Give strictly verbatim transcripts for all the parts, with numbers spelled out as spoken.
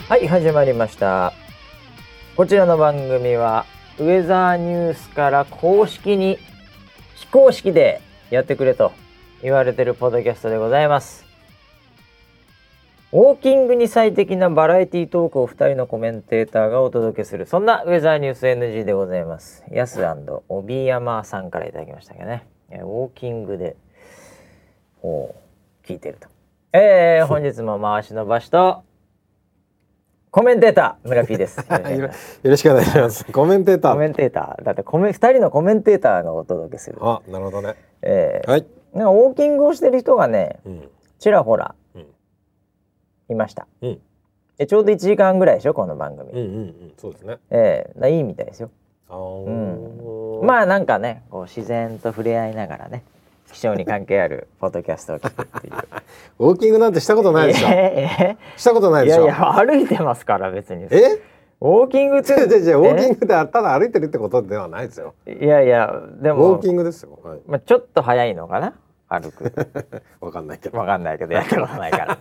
はい、始まりました。こちらの番組はウェザーニュースから公式に非公式でやってくれと言われているポッドキャストでございます。ウォーキングに最適なバラエティトークをふたりのコメンテーターがお届けする、そんなウェザーニュース エヌジー でございます。ヤス&帯山さんからいただきましたけどね、ウォーキングでお聞いてると、えー、本日も回しの場所とコメンテーター村 P です。よろしくお願いします。コメンテーター。 コメンテーターだってコメふたりのコメンテーターがお届けする。 あ、なるほどね。 えー、 はい。 なんかウォーキングをしてる人がね、うん、ちらほら、うん、いました。うん、えちょうどいちじかんぐらいでしょこの番組。うんうんうん、そうですね。えー、だいいみたいですよ。あ、うん、まあなんかね、こう自然と触れ合いながらね、気象に関係あるポッドキャストを聞くっていうウォーキングなんてしたことないでしょ。えー、したことないでしょ。 いやいや歩いてますから別に。 えウォーキングって違う違う違う、ウォーキングってただ歩いてるってことではないですよ。 いやいやでもウォーキングですよ、はい。 まあ、ちょっと早いのかな歩くわかんないけどわかんないけどやったことないから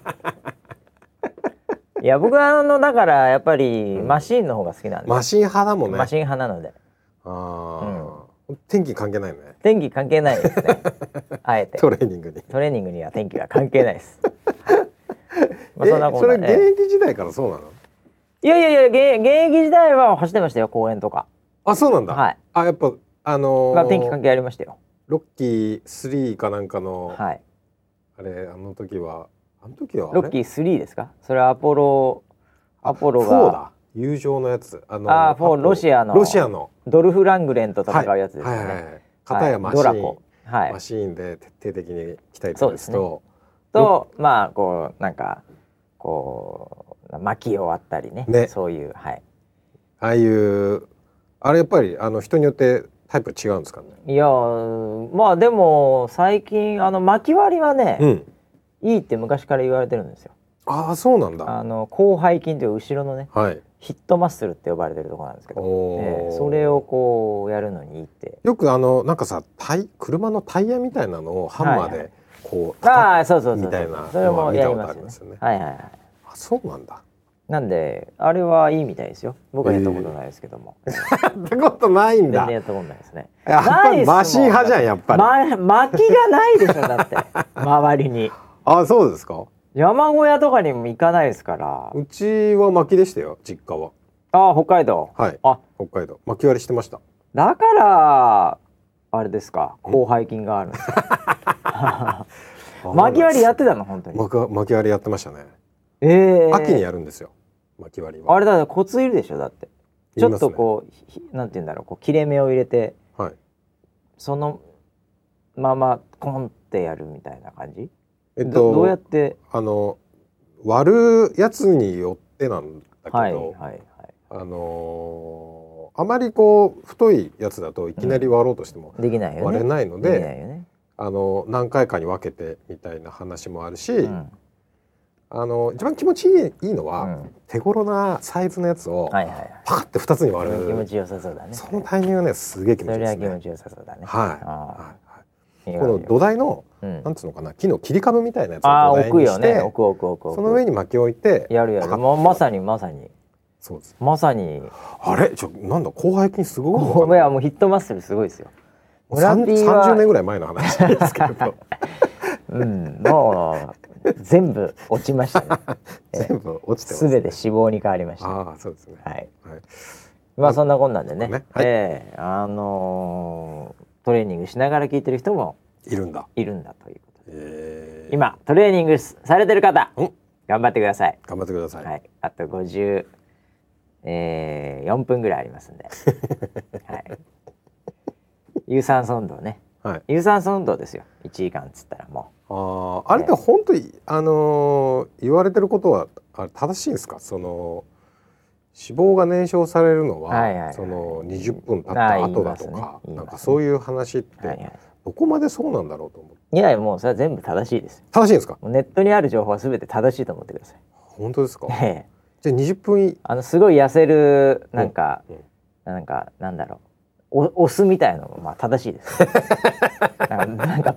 いや僕はあのだからやっぱりマシーンの方が好きなんで、 うん、マシーン派だもんね。 マシーン派なので。あ、 うん、天気関係ないね。 天気関係ないですねあえてトレーニングにトレーニングには天気は関係ないですまあそんなことない。それ現役時代からそうなの？ いやいやいや 現, 現役時代は走ってましたよ、公園とか。 あ、そうなんだ。 はい。 あ、やっぱあのーまあ、天気関係ありましたよ。 ロッキースリーかなんかの、 はい、 あれあの時はあの時はロッキースリーですか？それはアポロアポロがフォーだ。友情のやつ。あのあ、フォー、ロシアのロシアのドルフ・ラングレンと戦うやつですよね。 はいはいはいはい。片やマシーン、はい、ドラコ、はい、マシーンで徹底的に鍛えてるやつと、 ね、とまあこうなんかこう薪を割ったり ね, ねそういう、はい、 ああいうあれやっぱりあの人によってタイプ違うんですかね。 いやまあでも最近あの薪割りはね、うん、いいって昔から言われてるんですよ。 ああ、そうなんだ。 あの広背筋という後ろのね、はい、ヒットマッスルって呼ばれてるところなんですけど、えー、それをこうやるのにいいって。 よくあのなんかさタイ車のタイヤみたいなのをハンマーでこう、 はいはい、ああそうそうそうみたいなそれもやりますよね。 はいはいはい。 あ、そうなんだ。 なんであれはいいみたいですよ。僕はやったことないですけども。 えー、やったことないんだ。 全然やったことないですね。 やっぱりマシン派じゃんやっぱり。 ま、薪がないでしょだって周りに。 あ、そうですか。 山小屋とかにも行かないですから。 うちは薪でしたよ、実家は。 あ、北海道。 はい。あ、北海道。薪割りしてました。 だからあれですか、広背筋があるんですか。薪割りやってたの本当に。 薪割りやってましたね。 ええー。 秋にやるんですよ。薪割りは。 あれだってコツいるでしょだって。ちょっとこう、ね、なんて言うんだろう、こう切れ目を入れて、はい、そのままコンってやるみたいな感じ。えっと、ど, どうやってあの割るやつによってなんだけど、はいはいはい、あのー、あまりこう太いやつだといきなり割ろうとしても割れないので、うんね、あの何回かに分けてみたいな話もあるし、うん、あの一番気持ちいいのは、うん、手頃なサイズのやつをパカッてふたつに割る、 気持ちよさそうだね。 そのタイミングはねすげえ気持ちいいですね。 それは気持ちよさそうだね。 はい、はいこの土台の、うん、なんつうのかな、木の切り株みたいなやつを土台にして、 置くよね、置く置く置く、 その上に薪を置いてやるやる、もうまさにまさにそうです。 まさにあれちょなんだ広背筋すごいのかな。 いやもうヒットマッスルすごいですよ。 さんじゅうねんぐらい前の話ですけどうんもう全部落ちましたね全部落ちてます、ね、 全て脂肪に変わりました。 ああそうですね。 はい、はい、まあそんなこんなんでね、ね、はい、えー、あのートレーニングしながら聞いてる人もいるんだいるんだということで、えー、今トレーニングされてる方頑張ってください。 頑張ってください、 はい、あとごじゅうよんぷんぐらいありますんで、はい、有酸素運動ね、はい、有酸素運動ですよいちじかんっつったらもう。ああれって本当に、あのー、言われてることはあれ正しいんですか。その脂肪が燃焼されるのは、はいはいはい、そのにじゅっぷん経った後だとか、ねね、なんかそういう話って、はいはい、どこまでそうなんだろうと思って。 いやもうそれは全部正しいです。 正しいんですか。 ネットにある情報は全て正しいと思ってください。 本当ですか。ええ、じゃあにじゅっぷんいあのすごい痩せるなんか、うんうん、なんかなんだろう お, お酢みたいなのもまあ正しいです。なんかなんかバ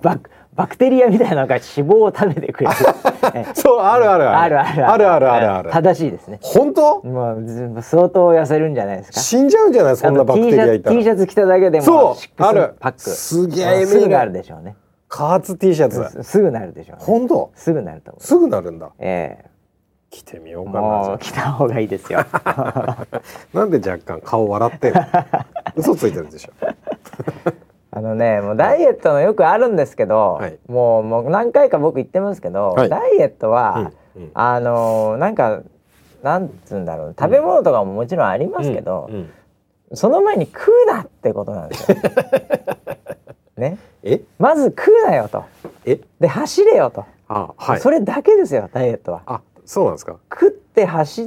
バクテリアみたいなのが脂肪を食べてくれるそうあるあるあるあるあるあるあるある正しいですね。 本当？ もう相当痩せるんじゃないですか。 死んじゃうんじゃないそんなバクテリアいたら。 T シャツ着ただけでもそうシックスあるパックすげえすぐなるでしょうね。 加圧 T シャツすぐなるでしょうね。 本当？ すぐなると思う。 すぐなるんだ。 ええ着てみようかな。 もう着た方がいいですよなんで若干顔笑ってるの嘘ついてるでしょあのねもうダイエットのよくあるんですけど、はい、もうもう何回か僕言ってますけど、はい、ダイエットは、うんうん、あのなんかなんつうんだろう食べ物とかももちろんありますけど、うんうんうん、その前に食うなってことなんですよね、えまず食うなよとえで走れよとあ、はい、それだけですよダイエットは。 あそうなんですか。 食って走って、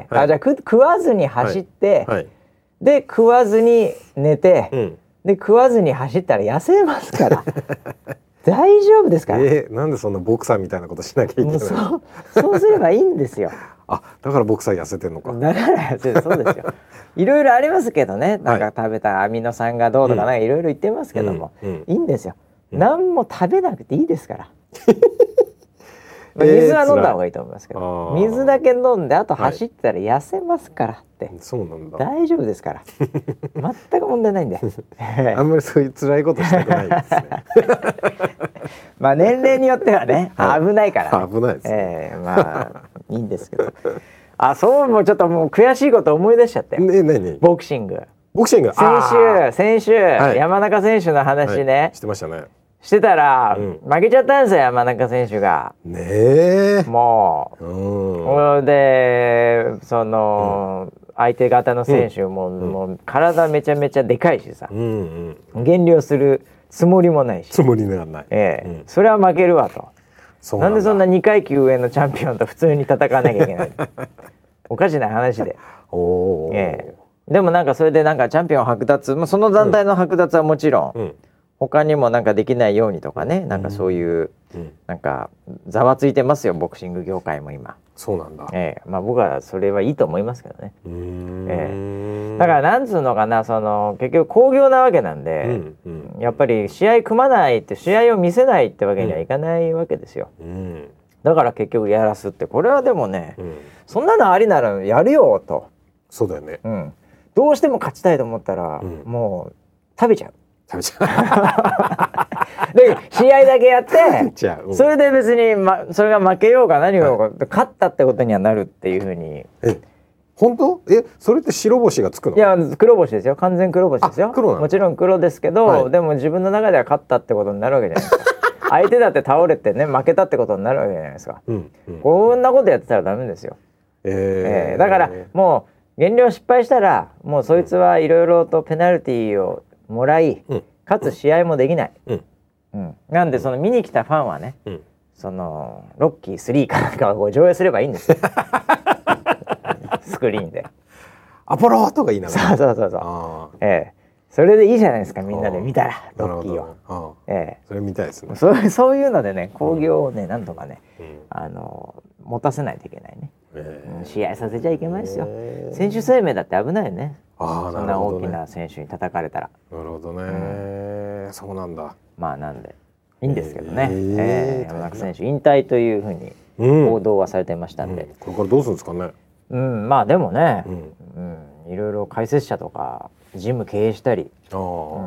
はい、あじゃあ食、食わずに走って、はいはい、で食わずに寝て、うん、で食わずに走ったら痩せますから大丈夫ですから。 えー、なんでそんなボクサーみたいなことしなきゃいけないの。 そうそうすればいいんですよあだからボクサー痩せてんのか。 だから痩せてそうですよいろいろありますけどねなんか食べたアミノ酸がどうとかなんかいろいろ言ってますけども、うんうん、いいんですよ、うん、何も食べなくていいですからまあ水は飲んだ方がいいと思いますけど、えー、水だけ飲んであと走ったら痩せますからって、はい、 そうなんだ大丈夫ですから全く問題ないんであんまりそういう辛いことしたくないですねまあ年齢によってはね、はい、危ないから、ね、 危ないですね、 えー、まあいいんですけどあそうもうちょっともう悔しいこと思い出しちゃって、 ね、何ボクシングボクシング先週先週、はい、山中選手の話ね、 はい、してましたねしてたら、うん、負けちゃったんですよ山中選手が。 ねえ。 もう、うん、でその、うん、相手方の選手も、うん、もう体めちゃめちゃでかいしさ、うんうん、減量するつもりもないしつもりがない、 ええうん、それは負けるわと。そうなんだ。なんでそんなにかいき上のチャンピオンと普通に戦わなきゃいけないおかしな話で。お、ええ、でもなんかそれでなんかチャンピオン剥奪、まあ、その団体の剥奪はもちろん、うん他にもなんかできないようにとかね、なんかそういう、うん、なんかざわついてますよボクシング業界も今。 そうなんだ。 ええ、まあ僕はそれはいいと思いますけどね。うーん、ええ、だからなんつうのかなその結局興行なわけなんで、うんうん、やっぱり試合組まないって試合を見せないってわけにはいかないわけですよ。うん、だから結局やらすってこれはでもね、うん、そんなのありならやるよと。 そうだよね。 うん、どうしても勝ちたいと思ったら、うん、もう食べちゃう。食べちゃうで試合だけやってうん、それで別に、ま、それが負けようが何をようが、はい、勝ったってことにはなるっていうふうに。 え本当？えそれって白星がつくの？ いや黒星ですよ完全黒星ですよ。黒もちろん黒ですけど、はい、でも自分の中では勝ったってことになるわけじゃないですか相手だって倒れてね負けたってことになるわけじゃないですか、うんうん、こんなことやってたらダメですよ、えーえー、だからもう減量失敗したらもうそいつはいろいろとペナルティーをもらい、うん、かつ試合もできない、うんうん、なんでその見に来たファンはね、うん、そのロッキースリーかなんかを上映すればいいんですよスクリーンでアポロとか言いながらそうそうそうそう、ええ、それでいいじゃないですかみんなで見たらロッキーを、 ええ、それ見たいですね。 それそういうのでね興行をね、うん、なんとかね、うん、あの持たせないといけないね、えーうん、試合させちゃいけないですよ、えー、選手生命だって危ないよね。あ、そんな大きな選手に叩かれたら。 なるほどね、うん、そうなんだ。 まあなんでいいんですけどね、えーえー、山中選手引退というふうに報道はされてましたんで、 うんうん、これからどうするんですかね。 うん、まあでもね、うんうん、いろいろ解説者とかジム経営したり、うん、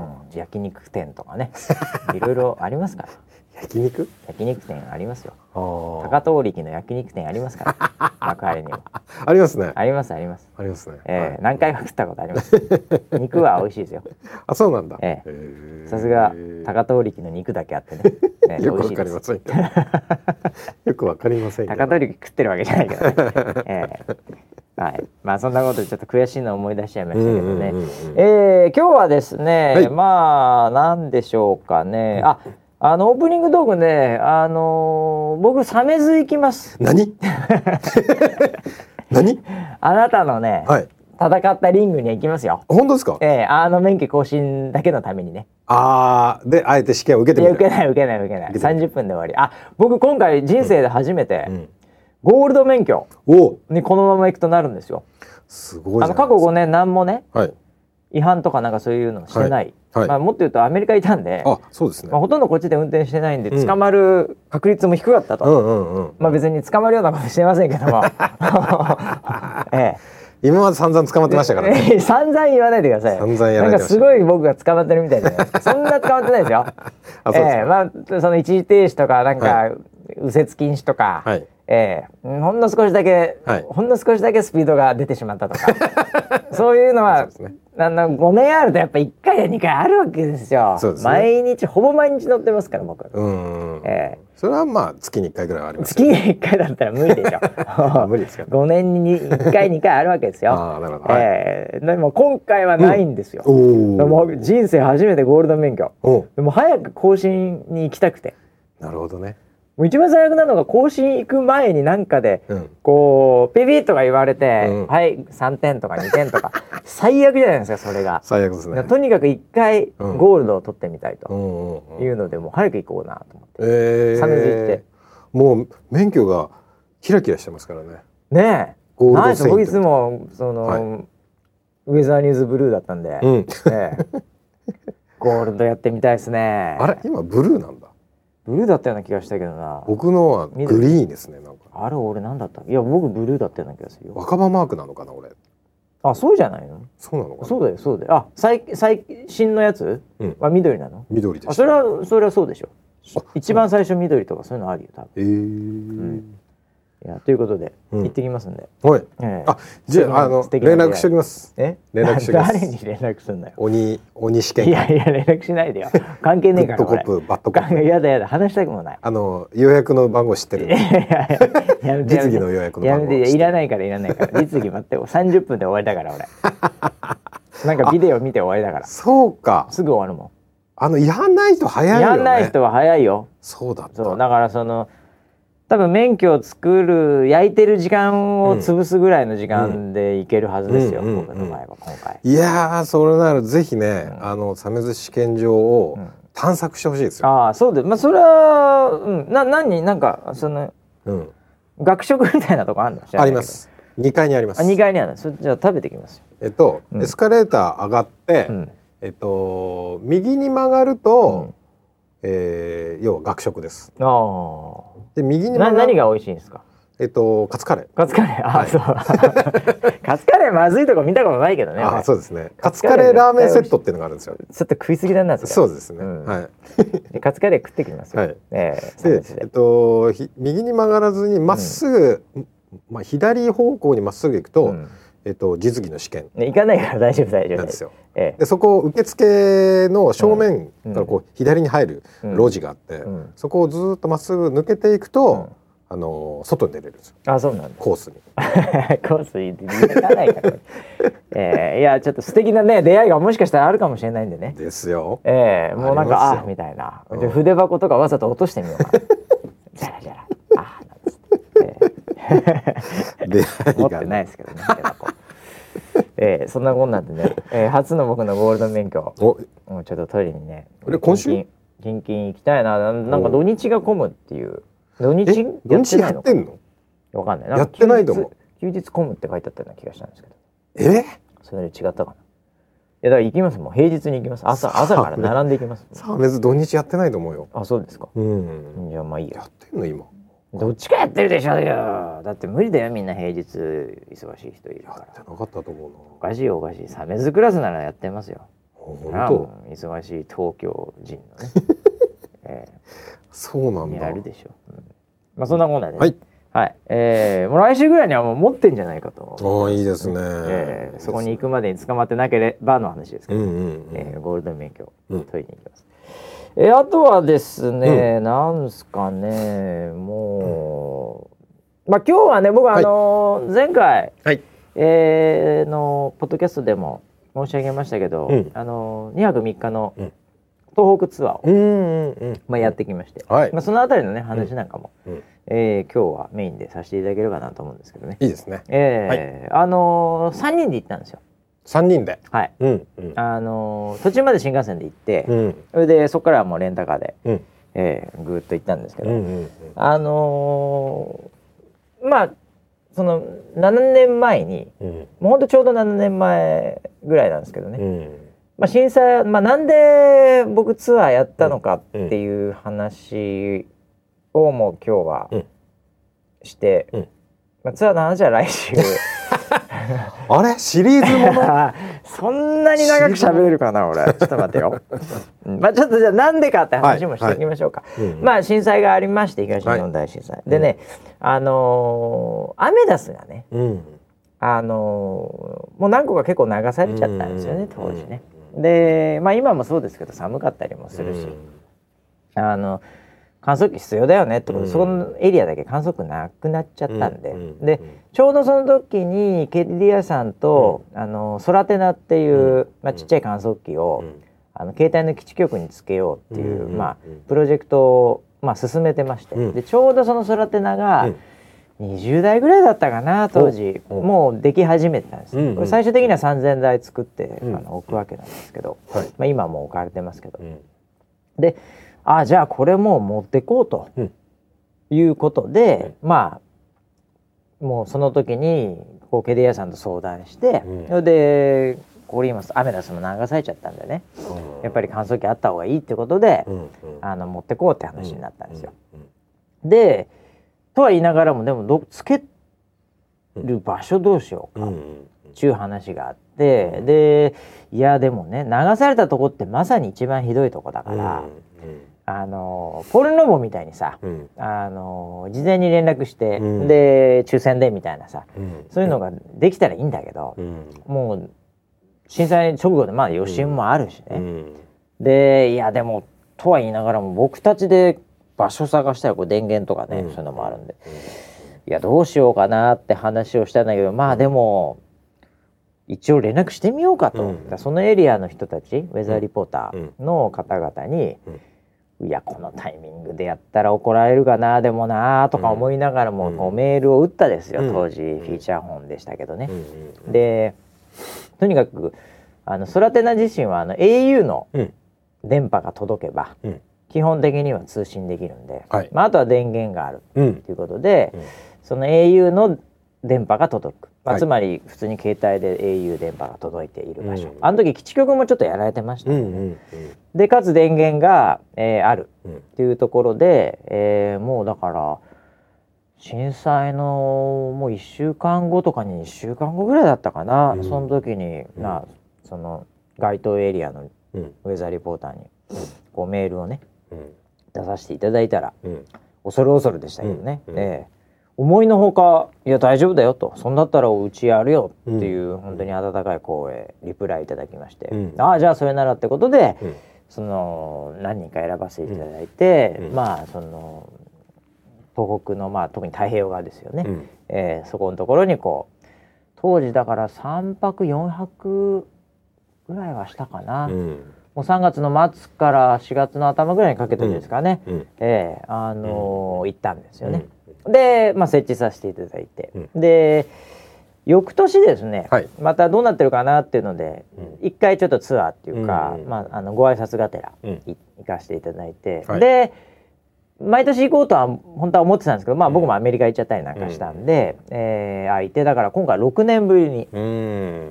焼肉店とかねいろいろありますから焼肉焼肉店ありますよ。高遠力の焼肉店ありますから幕張にもありますね。 ありますありますありますね、 えーはい、何回か食ったことあります肉は美味しいですよ。 あ、そうなんだ。 えー、さすが高遠力の肉だけあってね、ねよくわかりませんけどよくわかりませんけど高遠力食ってるわけじゃないけどね、えーはい、まあそんなことでちょっと悔しいのを思い出しちゃいましたけどね。え今日はですね、はい、まあなんでしょうかね、ああのオープニングトークね、あのー、僕サメズ行きます。 何何あなたのね、はい、戦ったリングに行きますよ。 本当ですか？ えー、あの免許更新だけのためにね。 ああ、であえて試験を受けてみた。 いや受けない受けない受けないさんじゅっぷんで終わり。あ、僕今回人生で初めて、うんうん、ゴールド免許にこのまま行くとなるんですよ。 すごいじゃないですか。 あの過去ごねん何もね、 はい、 違反とかなんかそういうのしてない、 はい、 まあ、もっと言うとアメリカいたんで、 あ、そうですね、 まあ、ほとんどこっちで運転してないんで捕まる確率も低かったと、うんうんうんうん、まあ、別に捕まるようなことしてませんけども、 ええ、今まで散々捕まってましたからね。 散々言わないでください。 散々やられてました。 なんかすごい僕が捕まってるみたいじゃないですか。そんな捕まってないですよ。あ、そうですか。ええ、まあその一時停止とかなんか、はい、右折禁止とか、はい、ええ、ほんの少しだけ、はい、ほんの少しだけスピードが出てしまったとか、そういうのはそうですね、あのごねんあるとやっぱいっかいやにかいあるわけですよ。そうですね、毎日ほぼ毎日乗ってますから僕。うん、 ええ、それはまあ月にいっかいぐらいはありますよね。月にいっかいだったら無理でしょ。無理ですか。ごねんにいっかいにかいあるわけですよ。あ、なるほど、ええ、でも今回はないんですよ。うん、でも人生初めてゴールド免許。でも早く更新に行きたくて。 なるほどね。 もう一番最悪なのが更新行く前になんかで、うん、こうピピッとか言われて、うん、はいさんてんとかにてんとか最悪じゃないですかそれが。 最悪ですね。 とにかくいっかいゴールドを取ってみたいというので、もう早く行こうなと思って、えー、サメズ行って、 もう免許がキラキラしてますからね。 ねえ、ゴールドセイント。僕いつもその、はい、ウェザーニューズブルーだったんで、うん、ね、ゴールドやってみたいですね。 あれ今ブルーなんだ。 ブルーだったような気がしたけどな。 僕のはグリーンですね。なんかあれ俺なんだった？いや僕ブルーだったような気がするよ。 若葉マークなのかな俺。 あ、そうじゃないの？ そうなのかな。 そうだよそうだよ。あ、最最新のやつは緑なの？ 緑です。 あ、それはそれはそうでしょ。一番最初緑とかそういうのあるよ多分。ええー。うん、いやということで、うん、行ってきますんで。 はい。えー、あ、じゃああの連絡しておきます。 え？ 連絡しておきます。 誰に連絡すんだよ。 鬼鬼試験。 いやいや連絡しないでよ。関係ねえから。 バットコップバットコップ。 やだやだ話したくもない。 あの予約の番号知ってる。実技の予約の番号。 やめていらないからいらないから。実技待ってさんじゅっぷんで終わりだから俺。なんかビデオ見て終わりだから。 そうか。 すぐ終わるもん。 あのやんない人早いよね。 やんない人は早いよ。 そうだった。 そうだからその。多分免許を作る焼いてる時間を潰すぐらいの時間でいけるはずですよ、うん、僕の場合は今回。 いやーそれならぜひね、うん、あのサメズ試験場を探索してほしいですよ。 ああそうです。まあそれは、うん、な何なんかその、うん、学食みたいなとこあるの？ あります。にかいにあります。 あにかいにあるの。そじゃあ食べてきますよ。 えっと、うん、エスカレーター上がって、うん、えっと右に曲がると、うん、えー、要は学食です。ああ。で右に何が美味しいんですか？ えっとカツカレー。 カツカレー。あ、はい、そう。カツカレーまずいとこ見たことないけどね。 あ、そうですね。カツカレーラーメンセットっていうのがあるんですよ。 ちょっと食いすぎだなそれ。 そうですね。うん、はい。 カツカレー食ってきますよ。はい。 えー、で、えっと右に曲がらずにまっすぐ、うん、まあ左方向にまっすぐ行くと、うん、えっと実技の試験。 ね、行かないから大丈夫大丈夫。なんですよ。 ええ、でそこ受付の正面からこう左に入る路地があって、うんうん、そこをずっとまっすぐ抜けていくと、うん、あの外に出れるんですよ。 あ、そうなんだ。 コースに。 コースに行かないから。えー、いやちょっと素敵なね出会いがもしかしたらあるかもしれないんでね。 ですよ。 えー、もうなんかあみたいな。で筆箱とかわざと落としてみようかな。じゃらじゃら。あなんつって。出会いが持ってないですけどね。筆箱。えー、そんなこんなんでね、えー、初の僕のゴールド免許をもうちょっと取りにね、 これ今週キンキン行きたいな。なんか土日が混むっていう。土日やってないの？やってんの？ わかんない。 やってないと思う。 休日混むって書いてあったような気がしたんですけど。 え？ それで違ったかな。いやだから行きますもん。平日に行きます。朝朝から並んで行きます。 さあ別に土日やってないと思うよ。 あ、そうですか。 うん。 じゃあまあいいや。 やってんの今。 どっちかやってるでしょよ。だって無理だよみんな平日忙しい人いるから。 やってなかったと思うな。 おかしいおかしい。サメズクラスならやってますよ。 本当。 忙しい東京人のね。えー、 そうなんだ。 やるでしょ。うん、まあそんなもんだね。 はい。 はい。えー、もう来週ぐらいにはもう持ってんじゃないかと。 ああいいですね。 えー、そこに行くまでに捕まってなければの話ですけど、うんうんうん、えー、ゴールド免許を取りに行きます。うん、えー、あとはですね、うん、なんすかね、もう、うん、まあ今日はね僕はあのーはい、前回、はい、えー、のポッドキャストでも申し上げましたけど、うん、あのー、にはくみっかの東北ツアーを、うんうんうん、まあ、やってきまして、はい、まあ、そのあたりのね話なんかも、うんうん、えー、今日はメインでさせていただければなと思うんですけどね。 いいですね。 えーはい、あのー、さんにんで行ったんですよ。 さんにんで。 はい。うんうん、あのー、途中まで新幹線で行って、うん、それでそこからはもうレンタカーで、うん、えー、ぐーっと行ったんですけど、うんうんうん、あのー、まあそのななねんまえに、うん、もうほんとちょうどななねんまえぐらいなんですけどね、うん、 まあ、震災、まあ、なんで僕ツアーやったのかっていう話をもう今日はして、うんうん、まあ、ツアーの話は来週あれシリーズものそんなに長く喋れるかな俺ちょっと待ってよまあちょっとじゃあなんでかって話もしておきましょうか、はいはい、まあ震災がありまして東日本大震災、はい、でね、うん、あのー、アメダスがね、うん、あのー、もう何個か結構流されちゃったんですよね、うん、当時ね、うん、でまあ今もそうですけど寒かったりもするし、うん、あの観測器必要だよねってことで、うん、そこのエリアだけ観測なくなっちゃったんで、うん、でちょうどその時にケリディアさんと、うん、あのソラテナっていう、うん、まあ、ちっちゃい観測器を、うん、あの携帯の基地局につけようっていう、うん、まあ、プロジェクトを、まあ、進めてまして、うん、でちょうどそのソラテナが、うん、にじゅうだいぐらいだったかな当時、もうでき始めてたんです、うん、これ最終的にはさんぜんだい作って、うん、あの置くわけなんですけど、はい、まあ、今はもう置かれてますけど、うん、であじゃあこれもう持ってこうということで、うん、まあもうその時にこうケディアさんと相談して、うん、でこれ今アメダスも流されちゃったんでね、うん、やっぱり乾燥機あった方がいいってことで、うん、あの持ってこうって話になったんですよ、うんうん、でとは言いながらもでもどつける場所どうしようかっていう話があって、うん、でいやでもね流されたとこってまさに一番ひどいとこだから、うんうん、あのポルノボみたいにさ、うん、あの事前に連絡して、うん、で抽選でみたいなさ、うん、そういうのができたらいいんだけど、うん、もう震災直後でまだ余震もあるしね、うん、でいやでもとは言いながらも僕たちで場所探したらこう電源とかね、うん、そういうのもあるんで、うん、いやどうしようかなって話をしたんだけど、まあでも一応連絡してみようかと、うん、そのエリアの人たちウェザーリポーターの方々に、うん、いやこのタイミングでやったら怒られるかなでもなとか思いながらも、うん、こうメールを打ったですよ、うん、当時フィーチャー本でしたけどね、うん、でとにかくあのソラテナ自身はあの エーユー の電波が届けば、うん、基本的には通信できるんで、はい、まあ、あとは電源があるということで、うん、その エーユー の電波が届く、まあ、つまり普通に携帯で エーユー 電波が届いている場所、うん、あの時基地局もちょっとやられてましたね、うんうんうん、でかつ電源が、えー、あるっていうところで、えー、もうだから震災のもういっしゅうかんごとかにいっしゅうかんごぐらいだったかな、うん、その時に、うん、まあ、その該当エリアのウェザーリポーターにこうメールをね、うん、出させていただいたら、うん、恐る恐るでしたけどね、うんうん、えー思いのほかいや大丈夫だよと、そんだったらうちやるよっていう、うん、本当に温かい声リプライいただきまして、うん、ああじゃあそれならってことで、うん、その何人か選ばせていただいて、うん、まあその東北のまあ特に太平洋側ですよね、うん、えー、そこのところにこう当時だからさんぱくよんはくぐらいはしたかな、うん、もうさんがつの末からしがつの頭ぐらいにかけてですかね、うん、えー、あのー、行ったんですよね、うん、で、まあ、設置させていただいて、うん、で翌年ですね、はい、またどうなってるかなっていうので、うん、一回ちょっとツアーっていうか、うん、まあ、あのご挨拶がてら、うん、行かせていただいて、はい、で毎年行こうとは本当は思ってたんですけど、まあ、僕もアメリカ行っちゃったりなんかしたんで、うん、えー、あいてだから今回ろくねんぶりに、うん、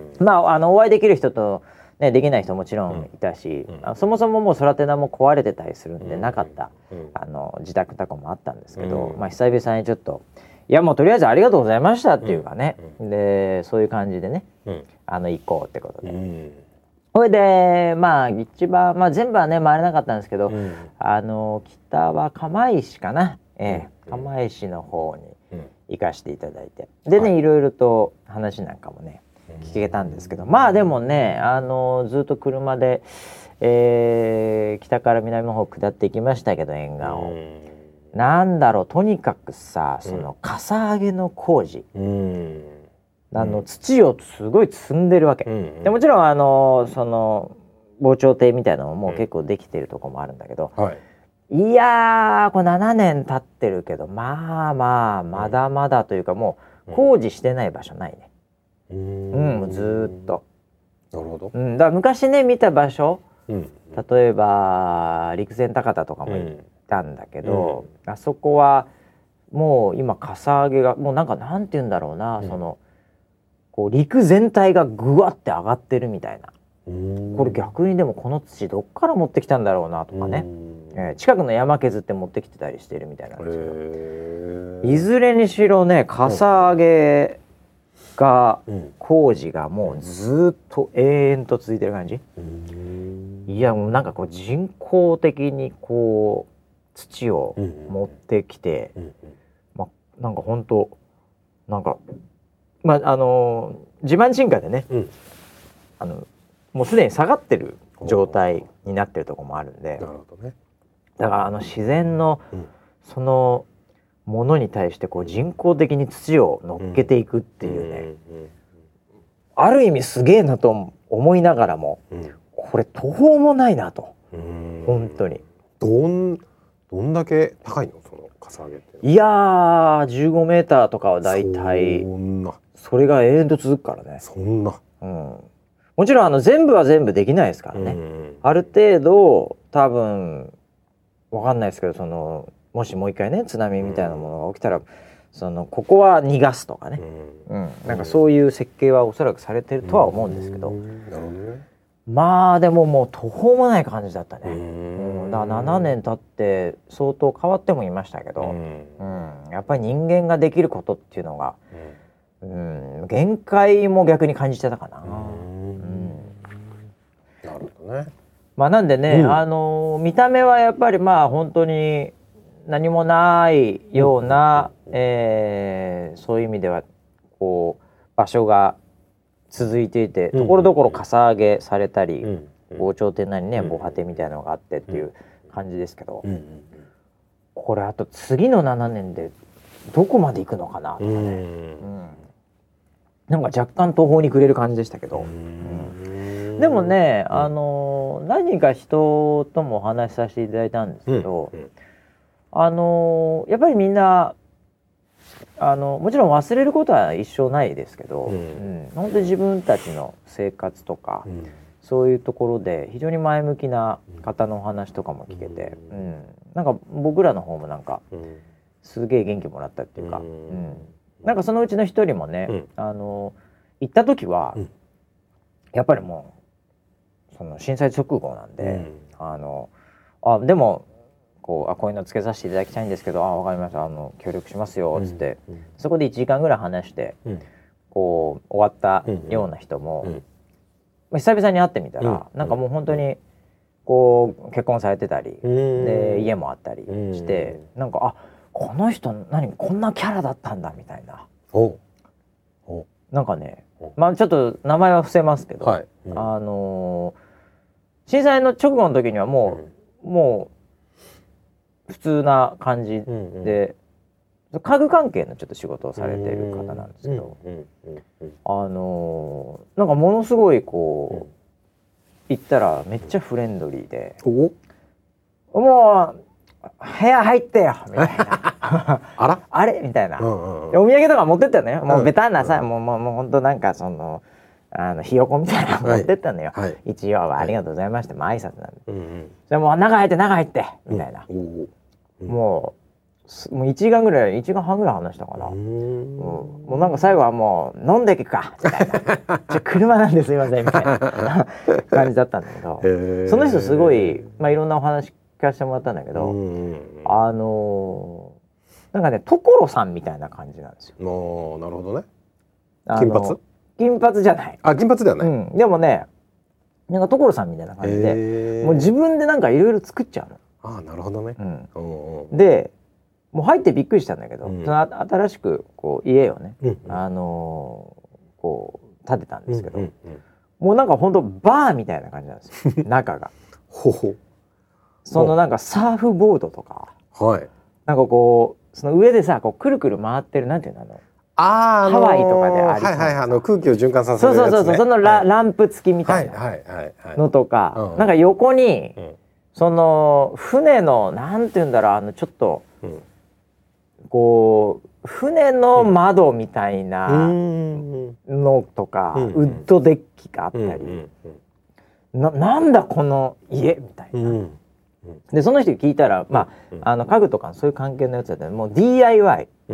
まあ、あのお会いできる人と、ね、できない人もちろんいたし、うん、そもそももうソラテナも壊れてたりするんで、うん、なかった、うん、あの自宅とかもあったんですけど、うん、まあ、久々にちょっといやもうとりあえずありがとうございましたっていうかね、うん、でそういう感じでね、うん、あの行こうってことで、うん、それでまあ一番、まあ、全部はね回れなかったんですけど、うん、あの北は釜石かな、えー、釜石の方に行かせていただいて、でね、はい、いろいろと話なんかもね聞けたんですけど、まあでもねあのずっと車で、えー、北から南の方下っていきましたけど沿岸を、うん、なんだろうとにかくさそのかさ上げの工事、うん、あの土をすごい積んでるわけ、うん、でもちろんあのその防潮堤みたいなのももう結構できてるとこもあるんだけど、うん、はい、いやーこれななねん経ってるけどまあまあまだまだというか、もう工事してない場所ないね、うん、うん、ずーっと。 なるほど、 うん、だから昔ね見た場所、うん、例えば陸前高田とかも行ったんだけど、うん、あそこはもう今かさ上げがもうなんかなんて言うんだろうな、うん、そのこう陸全体がぐわって上がってるみたいな、 これ逆にでもこの土どっから持ってきたんだろうなとかね、えー、近くの山削って持ってきてたりしてるみたいなんですけど、いずれにしろねかさ上げが、うん、工事がもうずっと永遠と続いてる感じ、うん、いやもうなんかこう人工的にこう土を持ってきて、うんうんま、なんかほんとなんかまああの地盤沈下でね、うん、あのもうすでに下がってる状態になってるところもあるんで、なるほどね、だからあの自然の、うん、そのものに対してこう人工的に土を乗っけていくっていうね、うんうんうん、ある意味すげえなと思いながらも、うん、これ途方もないなと、うん、本当にどんどんだけ高いのそのかさ上げって。 いやーじゅうごメーターとかはだいたい そ, んなそれが永遠と続くからね。 そんな、 うん、もちろんあの全部は全部できないですからね、うん、ある程度多分わかんないですけど、そのもしもう一回ね津波みたいなものが起きたら、うん、そのここは逃がすとかね、うんうん、なんかそういう設計はおそらくされてるとは思うんですけど、うん、なるほどね、まあでももう途方もない感じだったね、うん、だからななねん経って相当変わってもいましたけど、うんうん、やっぱり人間ができることっていうのが、うん、限界も逆に感じてたかな、うんうん、 なるほどね。 まあなんでね、うん、あの見た目はやっぱりまあ本当に何もないような、うんえー、そういう意味ではこう場所が続いていて、ところどころかさ上げされたり、うん、防潮堤なりね、うん、防波堤みたいなのがあってっていう感じですけど、うん、これあと次のななねんでどこまで行くのかなとかね、うん、なんか若干途方に暮れる感じでしたけど、うん、でもね、あのー、何人か人ともお話しさせていただいたんですけど、うんうん、あのー、やっぱりみんなあのもちろん忘れることは一生ないですけど、うんうん、本当に自分たちの生活とか、うん、そういうところで非常に前向きな方のお話とかも聞けて、うんうん、なんか僕らの方もなんか、うん、すげえ元気もらったっていうか、うんうん、なんかそのうちの一人もね、うん、あの行った時は、うん、やっぱりもうその震災直後なんで、うん、あのあでもこうあこういうのつけさせていただきたいんですけど、あ分かりました、あの協力しますよっつって、うんうん、そこでいちじかんぐらい話して、うん、こう終わったような人も、うんうんまあ、久々に会ってみたら、うん、なんかもう本当にこう結婚されてたり、うん、で家もあったりして、うん、なんかあこの人何こんなキャラだったんだみたいな、おおなんかね、まあちょっと名前は伏せますけど、はいうん、あのー、震災の直後の時にはもう、うん、もう普通な感じで、うんうん、家具関係のちょっと仕事をされている方なんですけど、あのー、なんかものすごいこう、うん、行ったらめっちゃフレンドリーで、おもう部屋入ってよみたいなあらあれみたいな、うんうんうん、お土産とか持ってったのよ、もうベタなさ、うん、もうもうもう本当なんかそのあのひよこみたいなの持ってったのよ、はいはい、一応はありがとうございました、まあ挨拶なんで、うんうん、それもう中入って中入ってみたいな、うんうん、もうもういちじかんぐらいいちじかんはんぐらい話したかな、うん、もうなんか最後はもう飲んでいくかみたいなじゃ車なんですいませんみたいな感じだったんだけど、その人すごい、まあ、いろんなお話聞かせてもらったんだけど、あのー、なんかね所さんみたいな感じなんですよ。 あなるほどね。金髪金髪じゃない。 あ、金髪ではない。うん、 でもね、なんか所さんみたいな感じで、もう自分でなんかいろいろ作っちゃうの。 あ、なるほどね。うん、 おうで、もう入ってびっくりしたんだけど、うん、その新しくこう家をね、うんうん、あのー、こう建てたんですけど、うんうんうん、もうなんか本当バーみたいな感じなんですよ。中が。ほほ。そのなんかサーフボードとか、はい、なんかこうその上でさ、こうくるくる回ってるなんていうのあの。 あー、 ハワイとかでありそうな、 はいはい、あの空気を循環させるやつ、ね、 そうそうそうその ラ,、はい、ランプ付きみたいなのとか、はいはいはいはい、なんか横に、うん、その船のなんていうんだろう、あのちょっと、うん、こう船の窓みたいなのとか、うん、ウッドデッキがあったり、うんうんうん、な, なんだこの家みたいな、うん、でその人聞いたら、まあ、うん、あの家具とかそういう関係のやつだったらもう ディーアイワイ、うん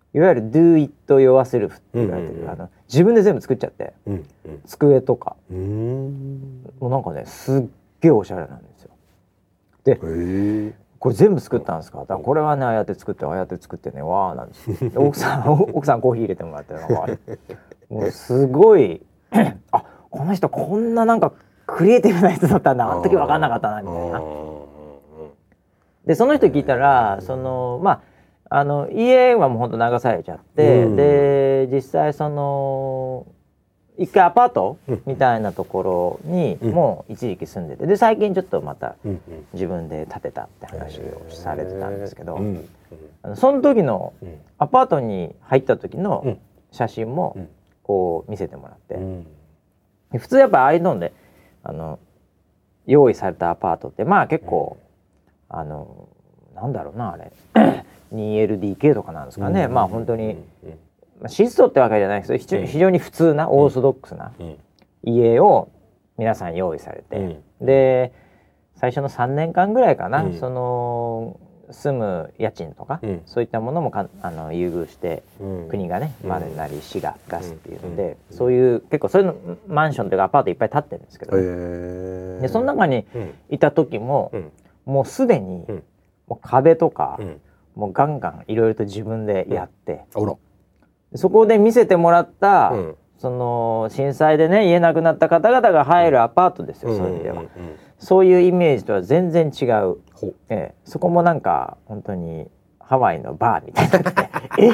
いわゆる do it yourself って言われてる、うんうんうん、あの自分で全部作っちゃって、うんうん、机とか、うーん、もうなんかねすっげえおしゃれなんですよ。で、へこれ全部作ったんですか。だからこれはねああやって作ってああやって作ってねわーなんですよ。で奥さん奥さんコーヒー入れてもらってなんかもうすごいあこの人こんななんかクリエイティブな人だったんだあの時分かんなかったなみたいな。でその人聞いたらそのまああの家はもうほんと流されちゃって、うん、で実際その一回アパートみたいなところにもう一時期住んでてで最近ちょっとまた自分で建てたって話をされてたんですけど、うん、あのその時のアパートに入った時の写真もこう見せてもらって、うん、で普通やっぱああいうのであの用意されたアパートってまあ結構、うん、あのなんだろうなあれにエルディーケー とかなんですかね、うん、まあ本当に、まあ、質素ってわけじゃないですけど非常に普通なオーソドックスな家を皆さん用意されて、うん、で最初のさんねんかんぐらいかな、うん、その住む家賃とか、うん、そういったものもかあの優遇して、うん、国がねまでなり市が出すっていうので、うん、そういう結構そういうのマンションというかアパートいっぱい建ってるんですけど、ね、でその中にいた時も、うん、もうすでに、うん、もう壁とか、うん、もうガンガンいろいろと自分でやって、うん、そこで見せてもらった、うん、その震災でね家なくなった方々が入るアパートですよ、うん、そういう意味では、うんうんうん、そういうイメージとは全然違う、ええ、そこもなんか本当にハワイのバーみたいになっててえ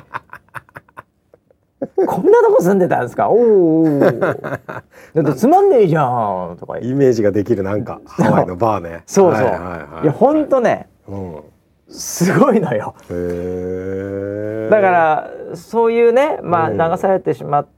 こんなとこ住んでたんですかおーだってつまんねえじゃんとかイメージができるなんかハワイのバーねそうそう、はいはいはい、いやほんとね、うん、すごいのよ。へーだからそういうねまあ流されてしまって、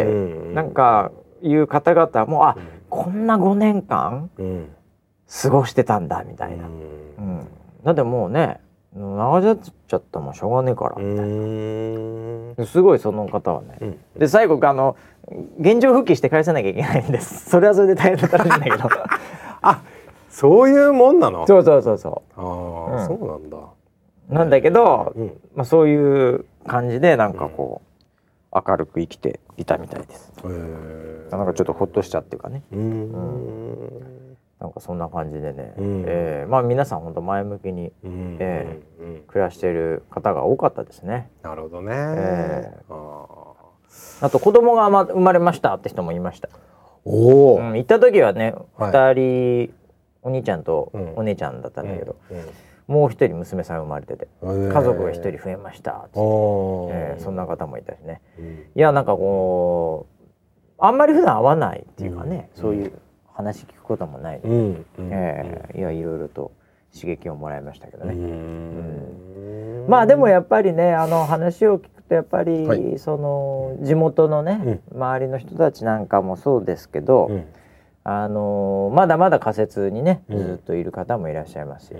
うん、なんかいう方々もあ、うん、こんなごねんかん、うん過ごしてたんだみたいな、うんうん、だってもうね流れちゃったもんしょうがねえからみたいなすごいその方はね、うん、で最後あの現状復帰して返さなきゃいけないんですそれはそれで大変だったらしいんだけどあそういうもんなのそうそうそうそうあ、うん、そうなんだなんだけど、うんまあ、そういう感じでなんかこう、うん、明るく生きていたみたいです、えー、なんかちょっとほっとしたっていうかねうんうんなんかそんな感じでね、うんえー、まあ皆さん本当前向きに、うんえーうん、暮らしている方が多かったですね。 なるほどね、えー、 あ, あと子供が生まれましたって人もいました。お、うん、行った時はね、はい、ふたりお兄ちゃんとお姉ちゃんだったんだけど、うんうん、もう一人娘さん生まれてて、えー、家族が一人増えましたって、えー、そんな方もいたしね、うん、いやなんかこうあんまり普段会わないっていうかね、うん、そういう話聞くこともないので、うんえーうん、いやいろいろと刺激をもらいましたけどね。うんうんまあでもやっぱりねあの話を聞くとやっぱり、はい、その地元のね、うん、周りの人たちなんかもそうですけど、うん、あのまだまだ仮設にねずっといる方もいらっしゃいますし、うん、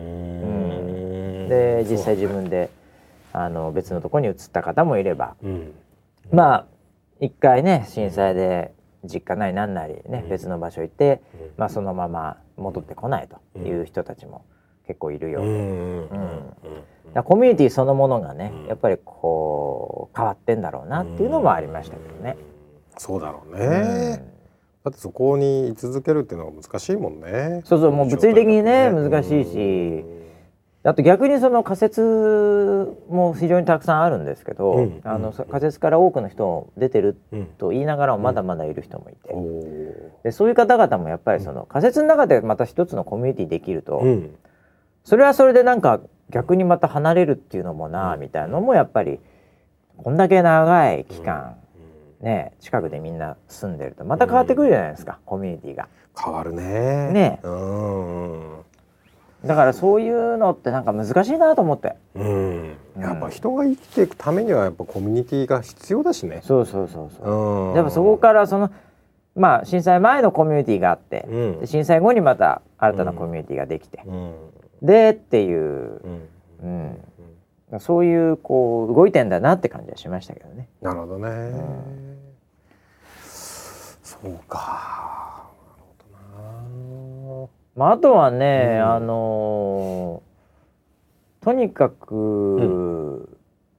で実際自分であの別のところに移った方もいれば、うん、まあ一回ね震災で実家なりなんなりね、うん、別の場所行って、うんまあ、そのまま戻ってこないという人たちも結構いるようで、うんうん、コミュニティそのものがね、うん、やっぱりこう変わってんだろうなっていうのもありましたけどね。 うん、そうだろうね、うん、だってそこに居続けるっていうのは難しいもんね。 そうそうもう物理的にね難しいし、あと逆にその仮設も非常にたくさんあるんですけど、うん、あの仮設から多くの人出てると言いながらもまだまだいる人もいて、うん、でそういう方々もやっぱりその仮設の中でまた一つのコミュニティできると、うん、それはそれでなんか逆にまた離れるっていうのもなみたいなのもやっぱりこんだけ長い期間、ね、近くでみんな住んでるとまた変わってくるじゃないですか、コミュニティが。 変わるね。 ねうんだからそういうのってなんか難しいなと思って、うん、 やっぱ人が生きていくためにはやっぱコミュニティが必要だしね。 そうそうそうそう、うん、やっぱそこからそのまあ震災前のコミュニティがあって、うん、震災後にまた新たなコミュニティができて、うん、でっていう、うんうんうん、そういうこう動いてんだなって感じはしましたけどね。 なるほどね、うん、そうか。 まあ、あとはね、うん、あのー、とにかく、うん、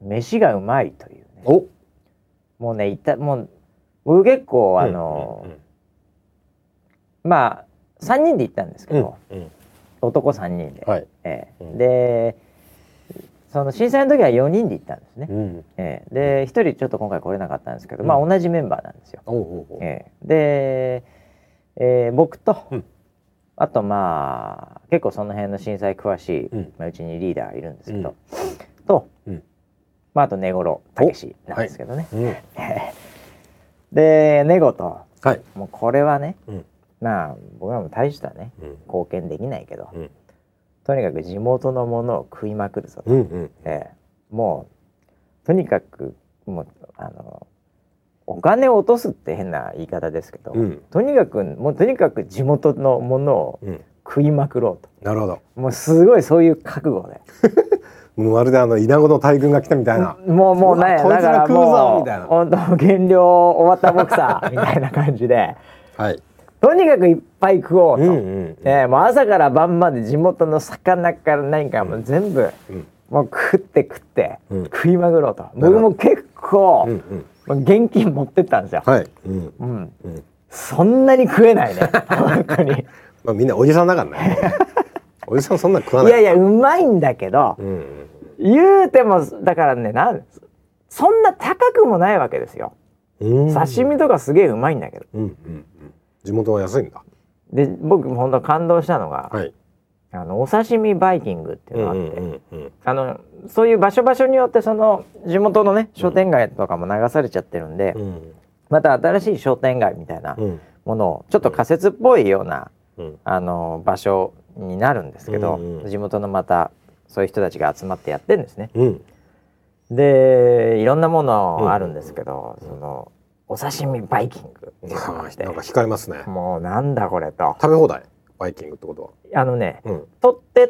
飯がうまいというね。 おもうねいたもう僕結構あの、うんうんうん、まあさんにんで行ったんですけど、うんうん、男さんにんで、はいえーうん、でその震災の時はよにんで行ったんですね、うんえー、でひとりちょっと今回来れなかったんですけど、うん、まあ同じメンバーなんですよ、うんえー、で、えー、僕と、うん、あとまあ結構その辺の震災詳しい、うんまあ、うちにリーダーいるんですけど、うん、と、うんまあ、あと根室たけしなんですけどね、はいうん、で根ごと、はい、もうこれはね、うん、まあ僕らも大したね、うん、貢献できないけど、うんとにかく地元のものを食いまくるぞと、うんうんえー、もうとにかくもうあのお金を落とすって変な言い方ですけど、うん、とにかくもうとにかく地元のものを食いまくろうと、うん、なるほどもうすごいそういう覚悟でもうまるであの稲子の大軍が来たみたいなもうもうねだからもう本当減量終わったボクサーみたいな感じではいとにかくいっぱい食おうと、うんうんうんえー、もう朝から晩まで地元の魚から何かも全部、うん、もう食って食って、うん、食いまぐろうと、僕も結構、うんうん、現金持ってったんですよ、はいうんうんうん、そんなに食えないね本当にまあみんなおじさんだからねおじさんそんな食わない。 いやいやうまいんだけど、うん、言うてもだからねなんそんな高くもないわけですよ。刺身とかすげえうまいんだけど、うんうん、 地元は安いんだ。 で僕も本当感動したのが、はい、あのお刺身バイキングっていうのがあって、うんうんうんうん、あのそういう場所場所によってその地元のね商店街とかも流されちゃってるんで、うん、また新しい商店街みたいなものをちょっと仮設っぽいような、うん、あの場所になるんですけど、うんうん、地元のまたそういう人たちが集まってやってるんですね、うん、でいろんなものあるんですけど、うん、そのお刺身バイキングっていうのがあって、 なんか惹かれますね。 もうなんだこれと。 食べ放題バイキングってことはあのね、うん、取ってって、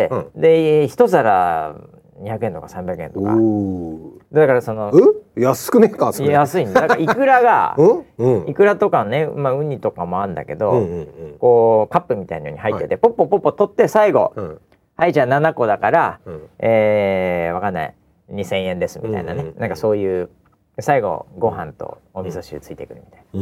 うん、で一皿にひゃくえんとかさんびゃくえんとかだからその安くねえかそれ安いんだだからイクラが、うん、イクラとかね、まあ、ウニとかもあるんだけど、うんうんうん、こうカップみたいなのに入ってて、はい、ポッポポッポ取って最後、うん、はいじゃあななこだから、うん、えー、わかんないにせんえんですみたいなね、うんうんうん、なんかそういう最後ご飯とお味噌汁ついてくるみたいな、うん、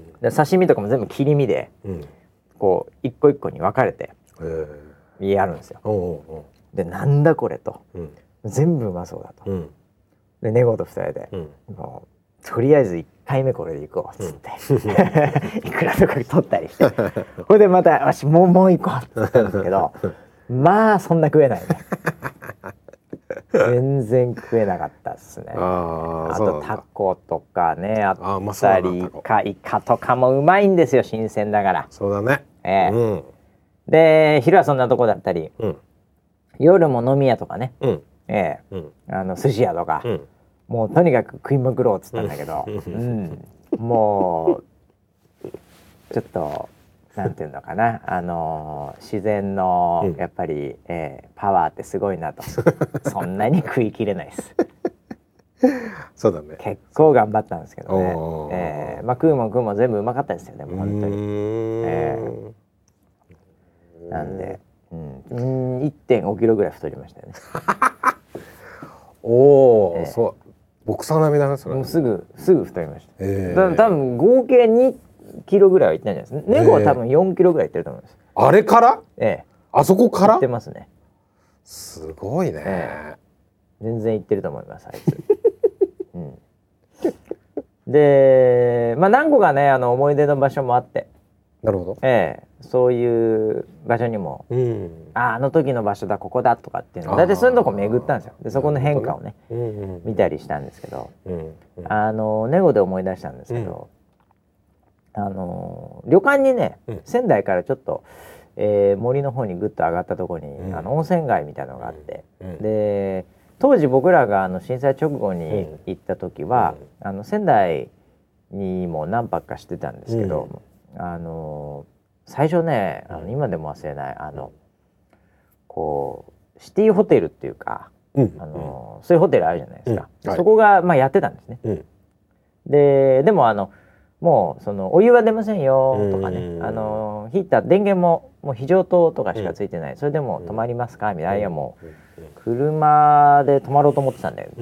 で刺身とかも全部切り身で、うん、こう一個一個に分かれてやるんですよ。おうおうでなんだこれと、うん、全部うまそうだと、うん、で寝言ふたりで、うん、もうとりあえずいっかいめこれでいこうっつって、うん、いくらとか取ったりしてそれでまたわしもうもういこうって言ったんですけどまあそんな食えないね全然食えなかったっすね。あ, あとタコとかねあったりイカイカとかもうまいんですよ新鮮だから。 そうだね、 えーうん、で昼はそんなとこだったり、うん、夜も飲み屋とかね、うんえーうん、あの寿司屋とか、うん、もうとにかく食いまくろうっつったんだけど、うんうん、もうちょっとなんていうのかな、あのー、自然のやっぱり、うんえー、パワーってすごいなとそんなに食い切れないですそうだね結構頑張ったんですけどね、えーまあ、食うも食うも全部うまかったですよねもう本当に、えー、なんで、うん、いってんごキロぐらい太りましたよねおお、えー、そうボクサー並みだねそれ。 もうすぐすぐ太りました、えー、だ多分合計にキロぐらいはいってないじゃないですか。猫は多分よんキロぐらいいってると思います。 あれから？ええ。あそこから？ いってますね。 すごいね、ええ。全然いってると思いますあいつ。うん、で、まあ何個かねあの思い出の場所もあって。 なるほど。 ええ。そういう場所にも、うん、ああの時の場所だここだとかっていうのだいたいそういうとこ巡ったんですよ。でそこの変化をね、うんうん、見たりしたんですけど、うんうん、あのネゴで思い出したんですけど。うんあの旅館にね、うん、仙台からちょっと、えー、森の方にぐっと上がったところに、うん、あの温泉街みたいなのがあって、うん、で当時僕らがあの震災直後に行った時は、うん、あの仙台にも何泊かしてたんですけど、うん、あの最初ねあの今でも忘れないあのこうシティホテルっていうか、うん、あのそういうホテルあるじゃないですか、はい、そこが、まあ、やってたんですね、ででもあのもうそのお湯は出ませんよとかね、あのヒーター電源ももう非常灯とかしかついてない、うん、それでも止まりますかみたいな、うん、いやもう車で止まろうと思ってたんだよ、うん、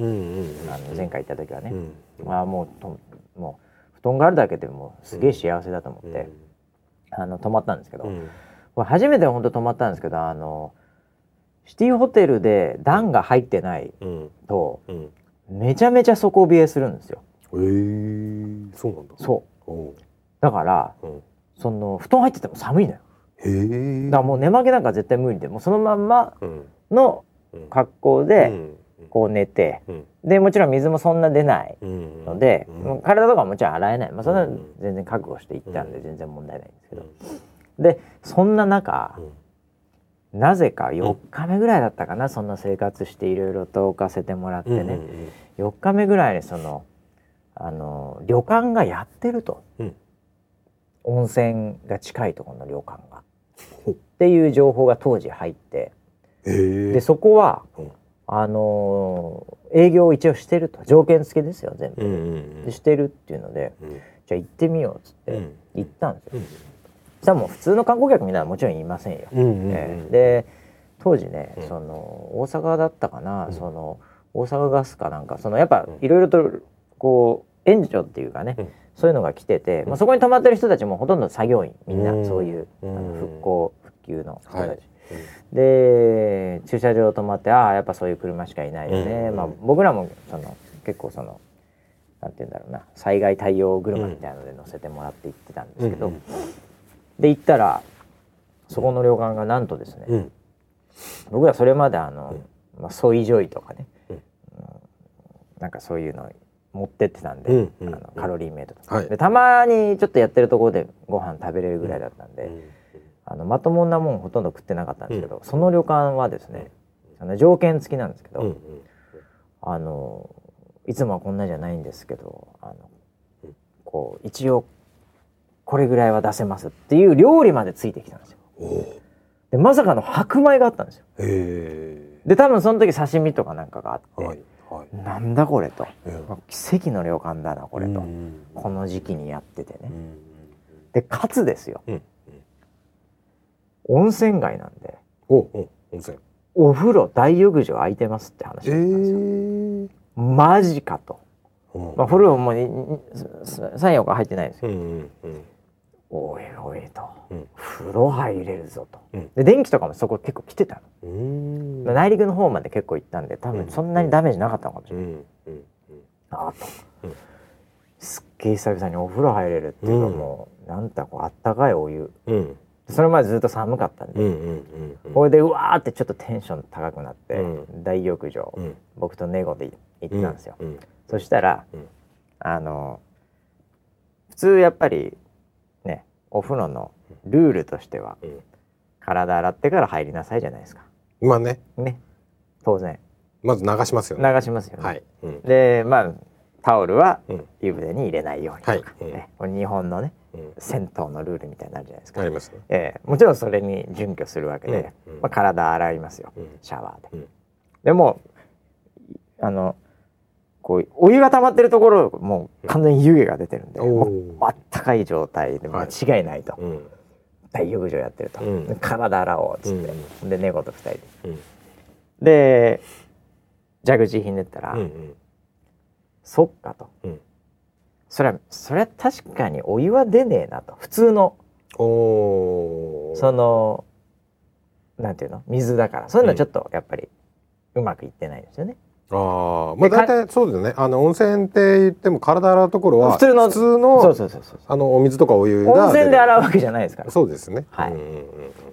あの前回行った時はね、うん、あもうともう布団があるだけでもすげえ幸せだと思って、うん、あの泊まったんですけど、うん、これ初めて本当泊まったんですけど、あのシティホテルで暖が入ってないと、うんうん、めちゃめちゃ底冷えするんですよ。 へー、そうなんだ。 そうだから、うん、その布団入ってても寒いのよ。 へー。 だからもう寝負けなんか絶対無理で、もうそのまんまの格好でこう寝て、うん、でもちろん水もそんな出ないので、うん、体とかももちろん洗えない、まあ、そんな全然覚悟していったんで全然問題ないんですけど、うん、でそんな中、うん、なぜかよっかめぐらいだったかな、そんな生活していろいろと置かせてもらってね、うんうんうん、よっかめぐらいにそのあの旅館がやってると、うん、温泉が近いところの旅館がっていう情報が当時入って、でそこは、うん、あのー、営業を一応してると、条件付けですよ全部、うんうんうん、でしてるっていうので、うん、じゃあ行ってみようっつって行ったんですよ、うん、そしたらもう普通の観光客みんなはもちろんいませんよ、うんうんうんえー、で当時ね、うん、その大阪だったかな、うん、その大阪ガスかなんかそのやっぱいろいろとこう援助っていうかね、うん、そういうのが来てて、まあ、そこに泊まってる人たちもほとんど作業員みんな、うん、そういう、うん、あの復興復旧の人たち、はい、で駐車場泊まって、ああやっぱそういう車しかいないよね、うんまあ、僕らもその結構そのなんて言うんだろうな、災害対応車みたいなので乗せてもらって行ってたんですけど、うん、で行ったらそこの旅館がなんとですね、うん、僕らそれまであの、うんまあ、ソイジョイとかね、うん、なんかそういうの持ってってたんで、うんうん、あのカロリーメイトとか、はい、でたまにちょっとやってるところでご飯食べれるぐらいだったんで、うんうん、あのまともなもんほとんど食ってなかったんですけど、うん、その旅館はですね、あの条件付きなんですけど、うんうん、あのいつもはこんなじゃないんですけど、あのこう一応これぐらいは出せますっていう料理までついてきたんですよ。でまさかの白米があったんですよ。へー。で多分その時刺身とかなんかがあって、はいはい、なんだこれと、うん、奇跡の旅館だなこれと、うん、この時期にやっててね、うん、でかつですよ、うんうん、温泉街なんで、 おお温泉お風呂大浴場空いてますって話だったんですよ、えー、マジかと、うんまあ、風呂もさん、よんか入ってないんですよ、うんうんうん、おいおいと、うん、風呂入れるぞと、うん、で電気とかもそこ結構来てたの、うん内陸の方まで結構行ったんで多分そんなにダメージなかったのかもしれない、うんうんうん、あと、うん、すっげえ久々にお風呂入れるっていうか、もう、うん、なんだこうあったかいお湯、うん、それまでずっと寒かったんで、うんうんうんうん、これでうわーってちょっとテンション高くなって、うん、大浴場、うん、僕とネゴで行ったんですよ、うんうん、そしたら、うん、あの普通やっぱりねお風呂のルールとしては、うん、体洗ってから入りなさいじゃないですか。 まあね。 ね、当然。 まず流しますよね。 流しますよね。 はい。うん、 で、まあタオルは湯船に入れないようにとか、はいね、これ日本のね、うん、銭湯のルールみたいになるじゃないですか。 ありますね。 えー、もちろんそれに準拠するわけで、うんうんまあ、体洗いますよ、うん、シャワーで。うん、でもあのこうお湯が溜まってるところもう完全に湯気が出てるんで、うん、もうあったかい状態で間違いないと。はいうん大浴場やってると、うん、体洗おうっつって、うん、で猫とふたりで、うん、で蛇口ひねったら、うんうん、そっかと、うん、それはそれは確かにお湯は出ねえなと普通のおそのなんていうの水だからそういうのはちょっとやっぱりうまくいってないんですよね。 ああ、まあ大体そうですよね。あの温泉って言っても体洗うところは普通の普通のそうそうそうそうあのお水とかお湯が温泉で洗うわけじゃないですから。 そうですね。 はい。うんうんうん、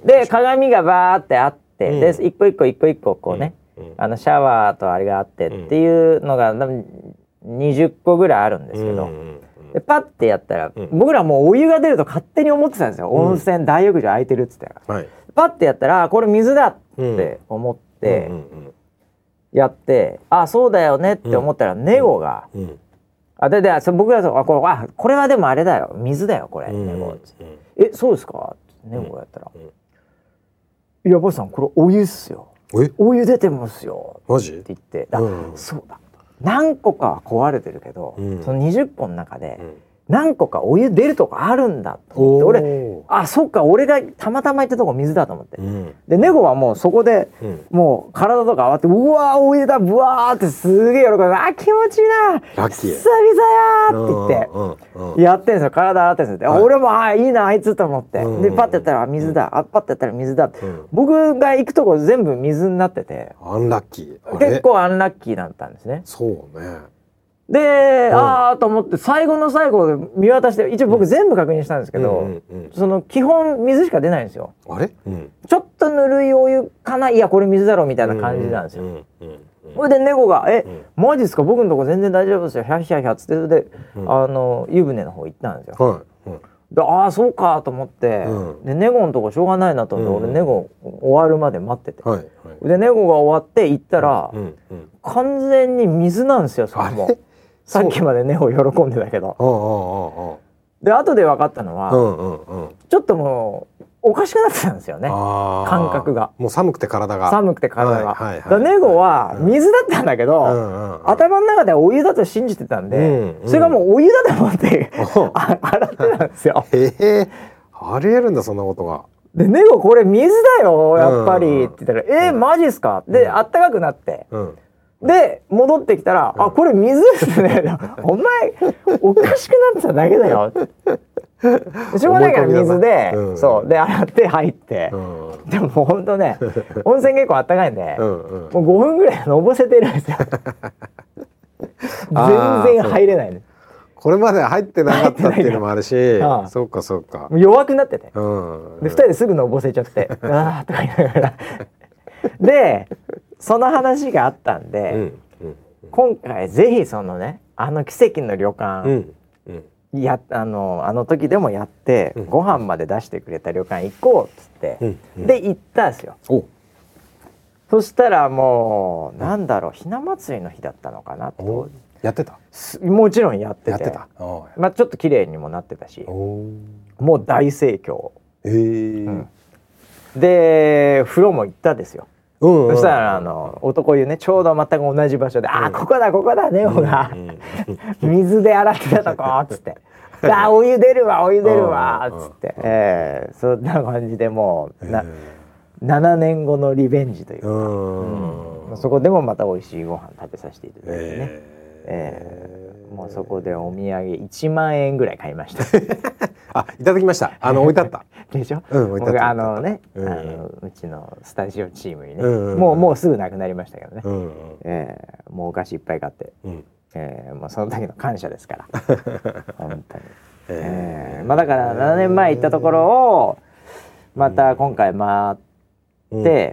で鏡がバーってあって、うん、で一個一個一個一個こうね、うんうん、あのシャワーとあれがあってっていうのが多分にじゅっこぐらいあるんですけど、うんうんうん、でパッてやったら、うん、僕らもうお湯が出ると勝手に思ってたんですよ。うん、温泉大浴場空いてるっつってから、はい、パッてやったらこれ水だって思って。うんうんうんうんやってあそうだよねって思ったら、うん、ネゴが、うん、あでで僕がそうあこれあこれはでもあれだよ水だよこれ、うん、ネゴっつって、うん、えそうですかネゴがやったら、うん、いやボスさんこれお湯っすよお湯出てますよマジって言ってあ、うん、そうだ何個かは壊れてるけど、うん、そのにじゅっこの中で、 何個かお湯出るとこあるんだと思って俺あそっか俺がたまたま行ったとこ水だと思って、うん、でネゴはもうそこで、うん、もう体とか洗ってうわーお湯だブワーってすげえ喜ぶあ気持ちいいなラッキー久々やーって言ってやってんですよ体洗ってんですよ、はい、俺もあいいなあいつと思って、うん、でパッてやったら水だ、うん、あパッてやったら水だ、うん、僕が行くとこ全部水になっててアンラッキー結構アンラッキーだったんですね。 そうねで、うん、ああと思って最後の最後で見渡して一応僕全部確認したんですけど、うんうんうん、その基本水しか出ないんですよ。 あれ、うん、 ちょっとぬるいお湯かないやこれ水だろみたいな感じなんですよ。それでネゴが「え、うん、マジですか僕のとこ全然大丈夫ですよヒャヒャヒャ」っつってで、うん、あの湯船の方行ったんですよ。はいうん、でああそうかと思って、うん、でネゴのとこしょうがないなと思って、うん、俺ネゴ終わるまで待ってて、はいはい、でネゴが終わって行ったら、うんうんうん、完全に水なんですよそこも。さっきまでネゴ喜んでたけど、あああああで後で分かったのは、うんうんうん、ちょっともうおかしくなってたんですよね感覚が。 もう寒くて体が寒くて体が、はいはいはい、だネゴは水だったんだけど、うんうんうん、頭の中ではお湯だと信じてたんで、うんうん、それがもうお湯だと思って洗ってたんですよ。 へえありえるんだそんなことが。 でネゴこれ水だよやっぱり、うんうん、って言ったら「えー、マジっすか?」で、うん、あったかくなって、うんで戻ってきたら、うん、あこれ水ですねお前おかしくなってただけだよしょうがないから水で、うん、そうで洗って入って、うん、でももうほんとね温泉結構あったかいんで、うんうん、もうごふんぐらいのぼせてるんですよ全然入れないね。 これまで入ってなかったっていうのもあるしああそうかそうか弱くなってて、うん、でふたりですぐのぼせちゃってああとか言いながらでその話があったんで、うんうんうん、今回ぜひそのねあの奇跡の旅館、うんうん、やあのあの時でもやって、うん、ご飯まで出してくれた旅館行こうっつって、うんうん、で行ったんですよ。そしたらもうなんだろうひな祭りの日だったのかなとやってたもちろんやっててやってたまあ、ちょっと綺麗にもなってたしもう大盛況、えーうん、で風呂も行ったですよ。うんうん、そしたらあの男湯ねちょうど全く同じ場所で、うん、あここだここだネオが、うん、水で洗ってたとこっつってあお湯出るわお湯出るわっつって、えー、そんな感じでもうな、ななねんごのリベンジというか、うん、そこでもまた美味しいご飯食べさせていただいてね、えーえー、もうそこでお土産いちまんえんぐらい買いましたあいただきましたあの置いてあったでしょ、 うん、 僕あのね、うん、あのうちのスタジオチームにね、うんうん、もうもうすぐなくなりましたけどね、うんうんえー、もうお菓子いっぱい買って、うんえー、もうその時の感謝ですから本当に、えーまあ、だからななねんまえ行ったところをまた今回回って、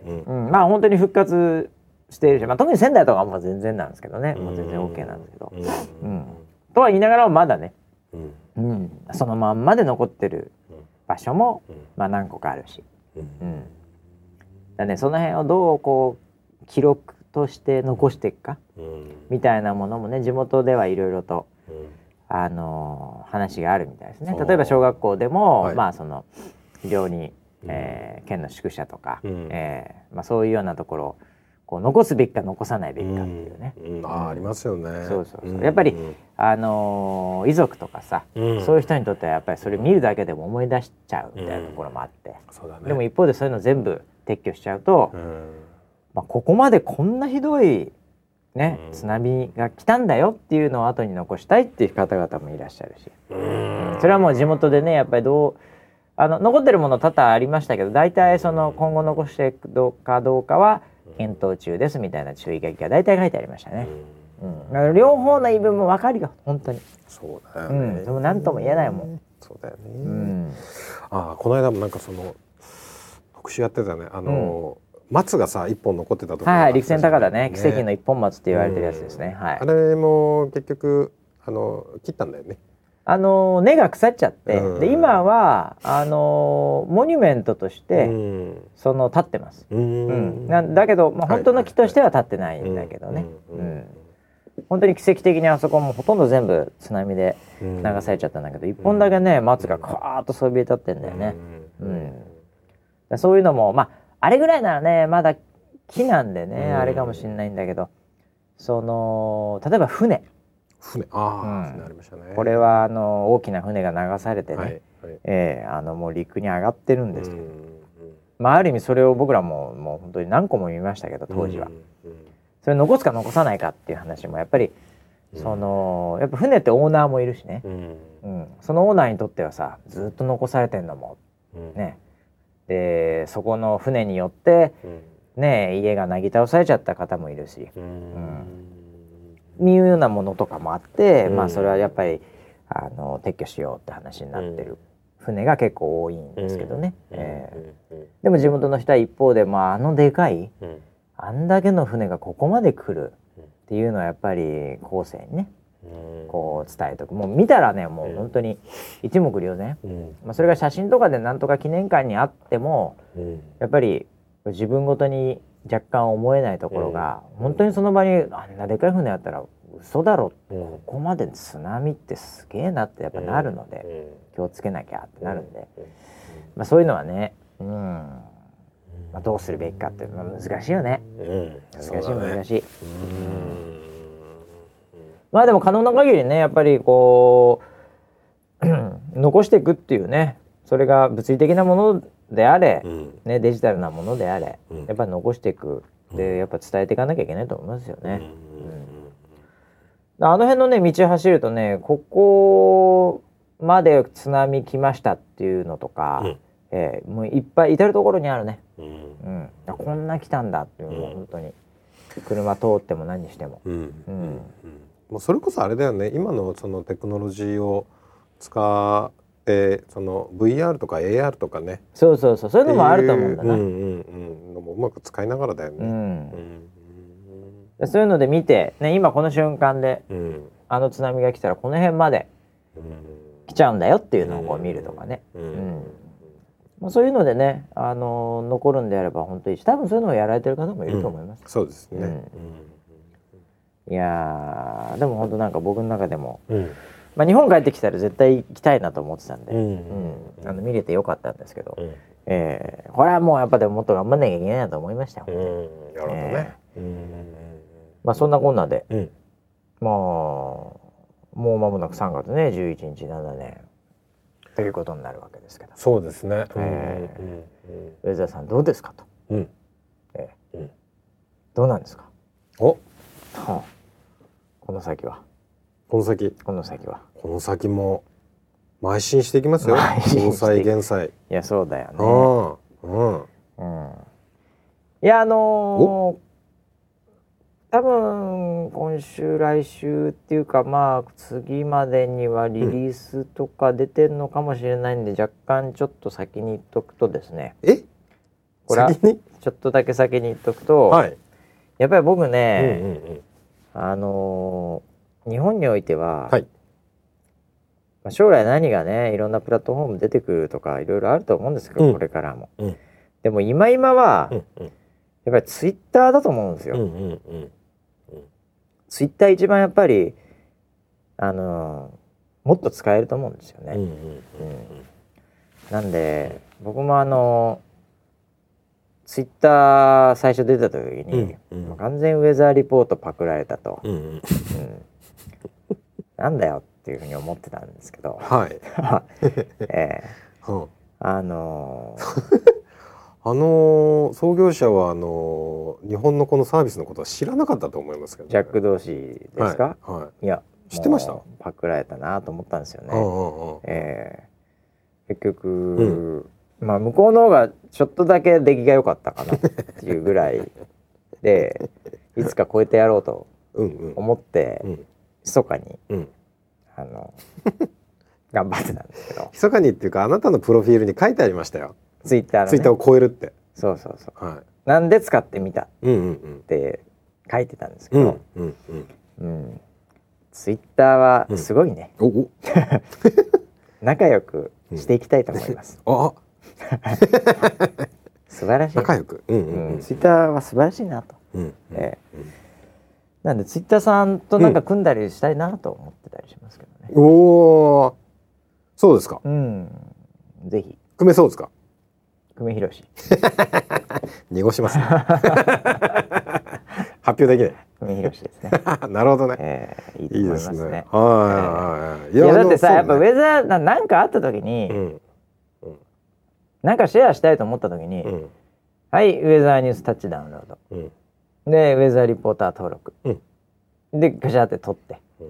うんうんうん、まあ本当に復活しているし、まあ、特に仙台とかはもう全然なんですけどね、うん、もう全然 OK なんですけど、うんうん、とは言いながらもまだね、うんうん、そのまんまで残ってる場所も、うんまあ、何個かあるし、うんうん、だね、その辺をどうこう記録として残していくか、うん、みたいなものもね地元ではいろいろと、うんあのー、話があるみたいですね。例えば小学校でも、はい、まあその非常に、えー、県の宿舎とか、うんえーまあ、そういうようなところをこう残すべきか残さないべきかっていうね、 うんうん、あ, ありますよね。 そうそうそう、うん、やっぱり、あのー、遺族とかさ、うん、そういう人にとってはやっぱりそれ見るだけでも思い出しちゃうみたいなところもあって、うんそうだね、でも一方でそういうの全部撤去しちゃうと、うんまあ、ここまでこんなひどい、ねうん、津波が来たんだよっていうのを後に残したいっていう方々もいらっしゃるし、うん、それはもう地元でねやっぱりどうあの残ってるもの多々ありましたけど大体その今後残していくかどうかは検討中ですみたいな注意書きが大体書いてありましたね、うんうん、両方の言い分も分かるよ本当に。 そうだよね、 うん、でも何とも言えないもん。 そうだよね、うん、あこの間もなんかその特集やってたねあの、うん、松がさ一本残ってたところはい、はい、陸前高田ね奇跡の一本松って言われてるやつですね、うんはい、 あれも結局あの切ったんだよね。 あの根が腐っちゃって、うん、で今はあのモニュメントとして、うん、その立ってます、うんうん、なんだけど、まあ、本当の木としては立ってないんだけどね、うんうん、本当に奇跡的にあそこもほとんど全部津波で流されちゃったんだけど、うん、一本だけね松がカーッとそびえ立ってんだよね、うんうん、そういうのもまああれぐらいならねまだ木なんでね、うん、あれかもしれないんだけどその例えば船船、あ、うん、船ありましたね。 これはあの大きな船が流されてね、はいはい、えー、あのもう陸に上がってるんですけど、うんうん、まあある意味それを僕らももう本当に何個も見ましたけど当時は、うんうん、それ残すか残さないかっていう話もやっぱり、うん、そのやっぱ船ってオーナーもいるしね、うんうん、そのオーナーにとってはさずっと残されてんのも、うん、ね、でそこの船によって、うん、ね、家がなぎ倒されちゃった方もいるし、うんうん、いうようなものとかもあって、うん、まあそれはやっぱりあの撤去しようって話になってる船が結構多いんですけどね、うん、えー、でも地元の人は一方で、まあ、あのでかい、うん、あんだけの船がここまで来るっていうのはやっぱり後世にね、うん、こう伝えとく。もう見たらねもう本当に一目瞭然、うん、まあ、それが写真とかでなんとか記念館にあっても、うん、やっぱり自分ごとに若干思えないところが、うん、本当にその場にあんなでかい船あったら嘘だろ、うん、ここまで津波ってすげえなってやっぱなるので、うん、気をつけなきゃってなるんで、うん、まあ、そういうのはね、うん、まあ、どうするべきかっていうのは難しいよね、うん、難しい、ね、難しい、うん、まあでも可能な限りねやっぱりこう残していくっていうね、それが物理的なものであれ、うんね、デジタルなものであれ、うん、やっぱり残していくでやっぱ伝えていかなきゃいけないと思いますよね、うん、あの辺のね道走るとねここまで津波来ましたっていうのとか、うん、えー、もういっぱい至る所にあるね、うんうん、こんな来たんだっていうのも、うん、本当に車通っても何にしても、うんうんうん、 もうそれこそあれだよね、今のそのテクノロジーを使ってその ブイアール とか エーアール とかね、 そうそうそう、そういうのもあると思うんだな、うんうんうん、のもうまく使いながらだよね、うんうん、そういうので見て、ね、今この瞬間で、うん、あの津波が来たらこの辺まで来ちゃうんだよっていうのをこう見るとかね、うんうん、まあ、そういうのでね、あのー、残るんであれば本当に多分そういうのをやられてる方もいると思います、 うん、そうですね、うんうん、いやでも本当なんか僕の中でも、うん、まあ、日本帰ってきたら絶対行きたいなと思ってたんで、うんうん、あの見れてよかったんですけど、うん、えー、これはもうやっぱでももっと頑張んなきゃいけないなと思いましたよ、うん、なるほどね、えー、うん、まあそんなこんなで、うん、まあもう間もなくさんがつねじゅういちにちしちねんということになるわけですけど、 そうですね、 えーうんうんうん、上澤さんどうですかと、うん、えーうん、どうなんですか、 お、はあ、この先はこの先この先はこの先も邁進していきますよ、防災減災。いやそうだよね、うんうん、いやあのー、多分今週来週っていうかまあ次までにはリリースとか出てんのかもしれないんで、うん、若干ちょっと先に言っとくとですね、 えこれはちょっとだけ先に言っとくと、はい、やっぱり僕ね、うんうんうん、あのー、日本においては、はい、まあ、将来何がねいろんなプラットフォーム出てくるとかいろいろあると思うんですけど、うん、これからも、うん、でも今今は、うんうん、やっぱりツイッターだと思うんですよ、うんうんうんうん、ツイッター一番やっぱりあのー、もっと使えると思うんですよね、うんうんうんうん、なんで僕もあのー、ツイッター最初出た時に、うんうん、完全ウェザーリポートパクられたと、うんうんうん、なんだよっていうふうに思ってたんですけど、はい、えーはあ、あのー、 あのー、創業者はあのー、日本のこのサービスのことは知らなかったと思いますけど、ね、 ジャック・ドーシーですか、 はいはい、 いや知ってました？ パクられたなと思ったんですよね、うんうん、えー、結局、うん、まあ向こうの方がちょっとだけ出来が良かったかなっていうぐらいでいつか超えてやろうと思って密かに、うん、あの頑張ってたんですけど、 密かにっていうかあなたのプロフィールに書いてありましたよ、 ツイッターの、ね、 ツイッターを超えるって。 そうそうそう、はい、なんで使ってみたって書いてたんですけど、うんうんうんうん、ツイッターはすごいね、うん、おお仲良くしていきたいと思います、うん、あ素晴らしい、 仲良く、うんうんうん、 ツイッターは素晴らしいなと、うんうんえーうん、なんでツイッターさんとなんか組んだりしたいなと思ってたりしますけどね、 うん、おーそうですか、 うん、ぜひ組めそうですか、 久米宏濁しますね発表できない、 文宏ですね。 なるほどね。 えー、いいと思いますね。いいですね。 はい。 いやだってさ、やっぱウェザーななんかあった時に、うんうん、なんかシェアしたいと思った時に、うん、はいウェザーニュースタッチダウンロード、うん、でウェザーリポーター登録、うん、でガシャって撮って、うん、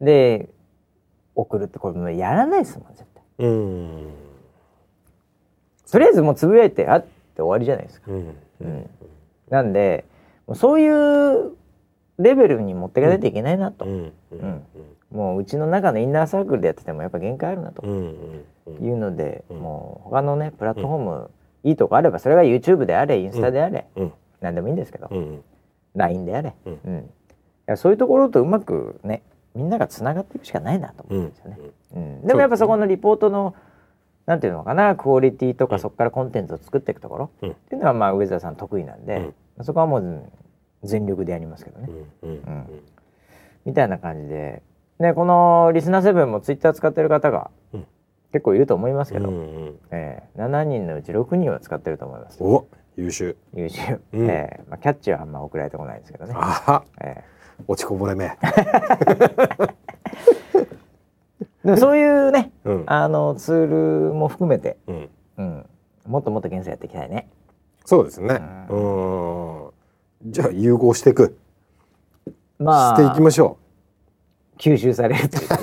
で送るってこれもうやらないですもん絶対。うん、とりあえずもうつぶやいてあって終わりじゃないですか。うんうん、なんでそういうレベルに持っていかないといけないなと、うんうんうん、もううちの中のインナーサークルでやっててもやっぱ限界あるなというので、うんうん、もう他のねプラットフォーム、うん、いいとこあればそれが YouTube であれインスタであれ、うん、何でもいいんですけど、うん、ライン であれ、うんうん、いやそういうところとうまくねみんながつながっていくしかないなと思うんですよね、うんうん、でもやっぱそこのリポートのなんていうのかなクオリティとか、うん、そこからコンテンツを作っていくところ、うん、っていうのはまあウェザーさん得意なんで、うん、そこはもう全力でやりますけどね、うんうんうん、みたいな感じで、ね、このリスナーセブンもツイッター使ってる方が結構いると思いますけど、うんうんえー、しちにんのうちろくにんは使ってると思います。 お優秀優秀、うんえーまあ、キャッチはあんま送られてこないですけどね。 あは、えー、落ちこぼれめでもそういうね、うん、あのツールも含めて、うんうん、もっともっと現在やっていきたいね。 そうですね。うん、うんじゃあ融合していく、まあ、していきましょう。吸収されるという、ね、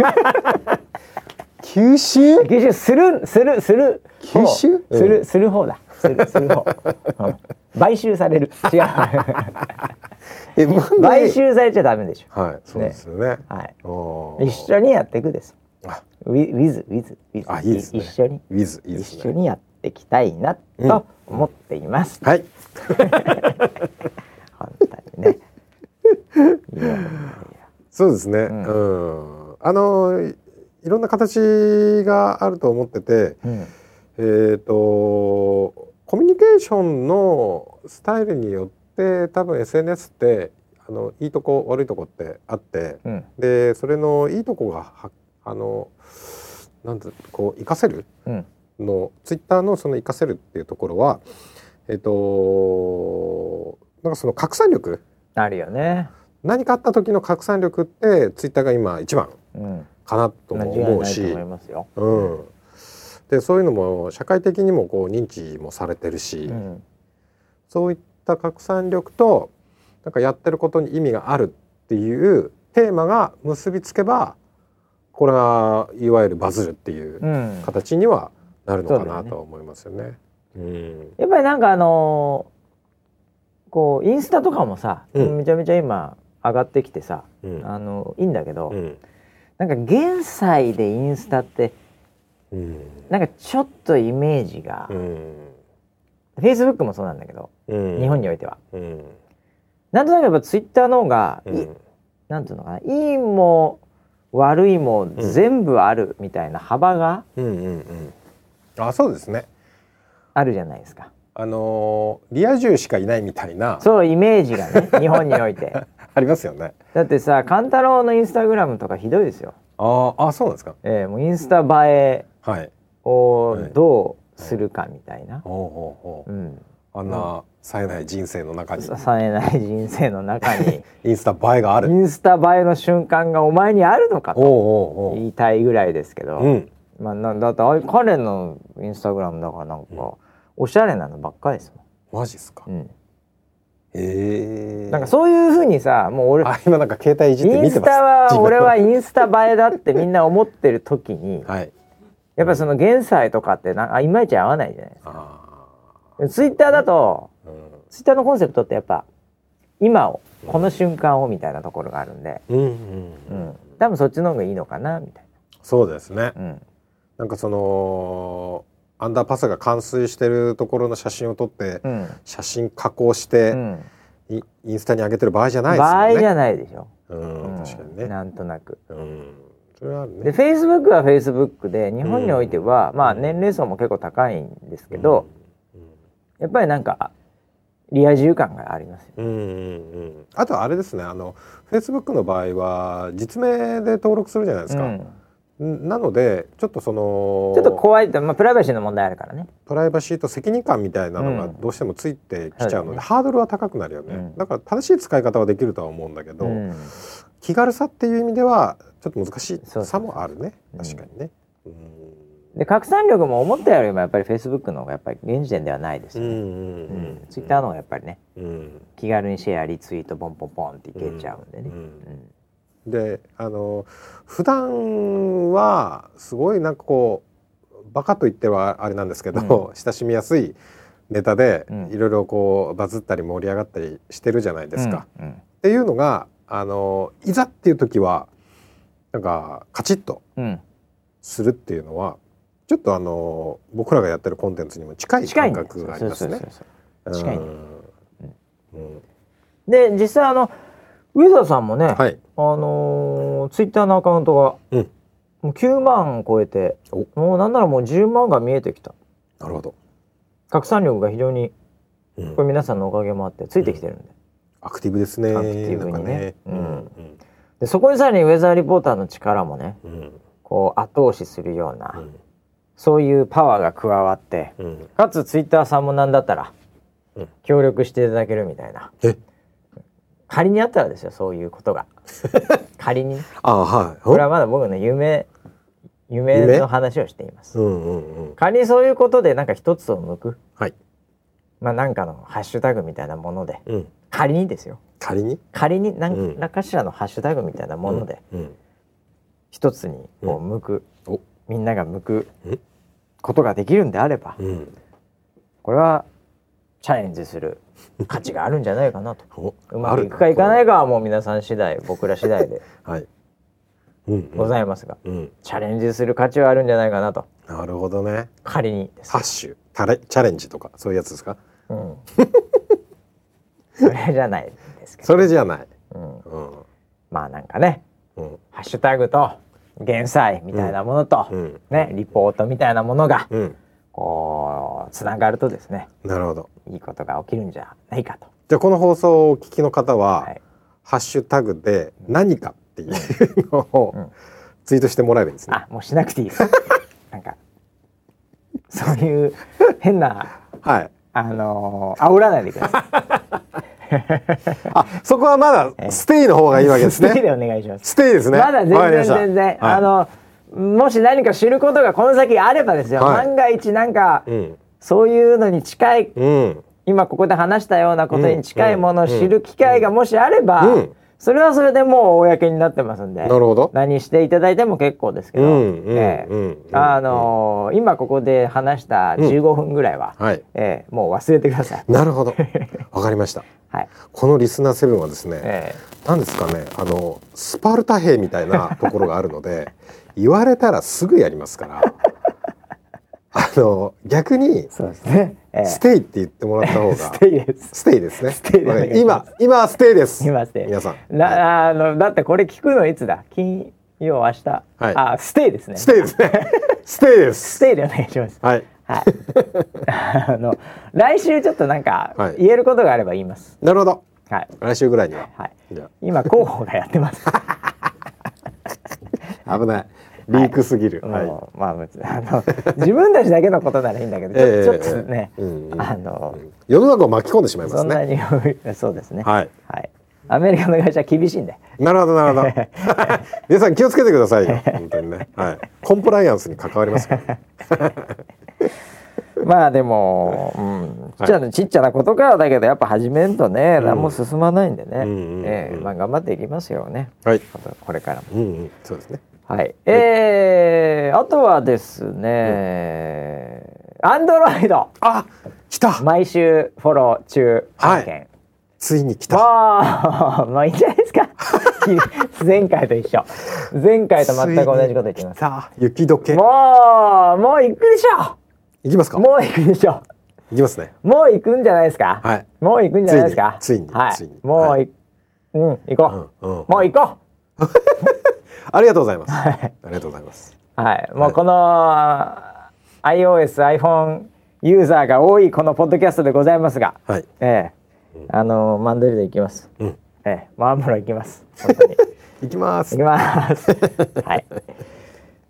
吸収吸収するするする吸収する、うん、する方だするする方、うん、買収される違うえ買収されちゃダメでしょ。 はいそうですよね、ねはい、一緒にやっていくですウィズウィズウィズあいいですね一緒にウィズいいですね一緒にやっていきたいなと思っています、 うん、はい本当にねいやいやそうですね、うんうん、あのいろんな形があると思ってて、うん、えーとコミュニケーションのスタイルによって多分 エスエヌエス ってあのいいとこ悪いとこってあって、うん、でそれのいいとこがあのなんてこう活かせるの、うん、ツイッターのその活かせるっていうところはえっ、ー、となんかその拡散力あるよね。 何かあった時の拡散力ってツイッターが今一番かなとも思うし、うん、でそういうのも社会的にもこう認知もされてるし、うん、そういった拡散力となんかやってることに意味があるっていうテーマが結びつけばこれはいわゆるバズるっていう形にはなるのかなとは思いますよね。うん、 やっぱりなんかあのー、こうインスタとかもさ、うん、めちゃめちゃ今上がってきてさ、うん、あのいいんだけど、うん、なんか現在でインスタって、うん、なんかちょっとイメージが、うん、Facebook もそうなんだけど、うん、日本においては、うん、なんとなくやっぱ Twitter の方が、うん、なんていうのかないいも悪いも全部あるみたいな幅が、うんうんうん、 あそうですねあるじゃないですか。 あのー、リア充しかいないみたいなそうイメージがね日本においてありますよね。 だってさカンタロウのインスタグラムとかひどいですよ。 ああそうなんですか。 えー、もうインスタ映えをどうするかみたいな、 はいうん、あんな冴えない人生の中に冴えない人生の中にインスタ映えがある。 インスタ映えの瞬間がお前にあるのかと言いたいぐらいですけど、うん、まあ、なだってあ彼のインスタグラムだからなんか、うん、おしゃれなのばっかりですもん。マジっすか。うん、 へえ。なんかそういう風にさもう俺あ今なんか携帯いじって見てます。 インスタは俺はインスタ映えだってみんな思ってる時に、はい、やっぱりその現在とかってなんいまいち合わないじゃないですか。ツイッターだと、うん、ツイッターのコンセプトってやっぱ今をこの瞬間をみたいなところがあるんで、うんうんうん、多分そっちの方がいいのかなみたいな。 そうですね、うん、なんかそのアンダーパスが冠水してるところの写真を撮って、うん、写真加工して、うん、インスタに上げてる場合じゃないですよね。 場合じゃないでしょ、 うん、確かにねなんとなく、うん、 それはあるね。 で Facebook は Facebook で日本においては、うん、まあ年齢層も結構高いんですけど、うんうん、やっぱりなんかリア充感がありますよ、ねうんうんうん、 あとはあれですねあの Facebook の場合は実名で登録するじゃないですか、うん、 なのでちょっとそのちょっと怖いって、まあ、プライバシーの問題あるからね。 プライバシーと責任感みたいなのがどうしてもついてきちゃうので、うん、ハードルは高くなるよね、うん、だから正しい使い方はできるとは思うんだけど、うん、気軽さっていう意味ではちょっと難しさもあるね。確かにね、うん、で拡散力も思ったよりもやっぱり Facebook の方がやっぱり現時点ではないですよね。ツイッターの方がやっぱりね、うん、気軽にシェアリツイートポンポンポンっていけちゃうんでね、うんうんであの普段はすごいなんかこうバカと言ってはあれなんですけど、うん、親しみやすいネタでいろいろこうバズったり盛り上がったりしてるじゃないですか、うんうん、っていうのがあのいざっていう時はなんかカチッとするっていうのは、うん、ちょっとあの僕らがやってるコンテンツにも近い感覚がありますね。 近いね。で実際あの上澤さんもね、はい、あのー、ツイッターのアカウントが、うん、もうきゅうまん超えて、もうなんならもうじゅうまんが見えてきた。 なるほど。 拡散力が非常に、うん、これ皆さんのおかげもあってついてきてるんで、うん、 アクティブですね。 アクティブにね、うんうん、でそこにさらにウェザーリポーターの力もね、うん、こう後押しするような、うん、そういうパワーが加わって、うん、かつツイッターさんもなんだったら、うん、協力していただけるみたいな。え仮にあったらですよ、そういうことが仮に、ね、 あ、はい、 これはまだ僕の夢夢の話をしています、うんうんうん、仮にそういうことでなんか一つを向く、はい、まあなんかのハッシュタグみたいなもので、うん、仮にですよ、 仮に仮に何らかしらのハッシュタグみたいなもので、うんうん、一つにこう向く、うん、みんなが向くことができるんであれば、うん、これはチャレンジする価値があるんじゃないかなとうまくいくかいかないかはもう皆さん次第、僕ら次第でございますが、うんうん、チャレンジする価値はあるんじゃないかなと。 なるほどね。 仮にです、 ハッシュタレチャレンジとかそういうやつですか、うん、 それじゃないですけど、 それじゃない、 うんうん、まあなんかね、うん、ハッシュタグと減災みたいなものと、うん、ね、リポートみたいなものが、うん、こうつながるとですね、 なるほど、 いいことが起きるんじゃないかと。 じゃあこの放送をお聞きの方は、はい、ハッシュタグで何かっていうのを、うん、ツイートしてもらえばいいんですね。 あ、もうしなくていいですなんかそういう変な、はい、あのー、煽らないでくださいあ、そこはまだステイの方がいいわけですね。 ステイでお願いします。 ステイですね。 まだ全然全然、はい、あのもし何か知ることがこの先あればですよ、はい、万が一なんか、うん、そういうのに近い、うん、今ここで話したようなことに近いものを知る機会がもしあれば、うん、それはそれでもう公になってますんで、なるほど、何していただいても結構ですけど、あのー、今ここで話したじゅうごふんぐらいは、うんはい、えー、もう忘れてください。 なるほど、わかりました、はい、このリスナーセブンはですね、えー、何ですかね、あのスパルタ兵みたいなところがあるので言われたらすぐやりますからあの逆にそうですね、えー、ステイって言ってもらった方がステイです。 ステイですね。ステイで今今ステイです。 今ステイ。 皆さん。 なあのだってこれ聞くのいつだ？金曜明日。はい、あ、ステイですね。 ステイですね。ステイです。 ステイでお願いします。はい。はい。あの来週ちょっとなんか言えることがあれば言います。 なるほど。はい。来週ぐらいには。はい。 じゃ今広報がやってます。 危ない。リークすぎる、はい、 もうまあ、あの自分たちだけのことならいいんだけど、えー、ちょっとね、うんうん、あの世の中を巻き込んでしまいますね。 そんなにそうですね、はいはい、アメリカの会社は厳しいんで。 なるほどなるほど皆さん気をつけてくださいよ本当にね、はい、コンプライアンスに関わりますからまあでも、うん、ちっちゃな、はい、ちっちゃなことからだけどやっぱ始めんとね、うん、何も進まないんでね、うんうんうん、えーまあ、頑張っていきますよね、はい、これからも、うんうん、 そうですね。 はい、えー、あとはですね、アンドロイド、 あ、来た、 毎週フォロー中案件、はい、 ついに来た。 まあ、まあいいんじゃないですか前回と一緒、前回と全く同じこと言ってます。 雪解け、 もうもう行くでしょ。 行きますか。 もう行くでしょ。 行きますね。 もう行くんじゃないですか。はい、もう行くんじゃないですか。 ついに、 はい、 ついに、 もう、はい、うん行こう、うんうん、もう行こうありがとうございます。はい、ありがとうございます。 はい、もうこの iOS、iPhone ユーザーが多いこのポッドキャストでございますが、はい、えー、うん、あのマンドリル行きます。うん、えー、マームロ行きます。本当に行きます。 行きます。はい。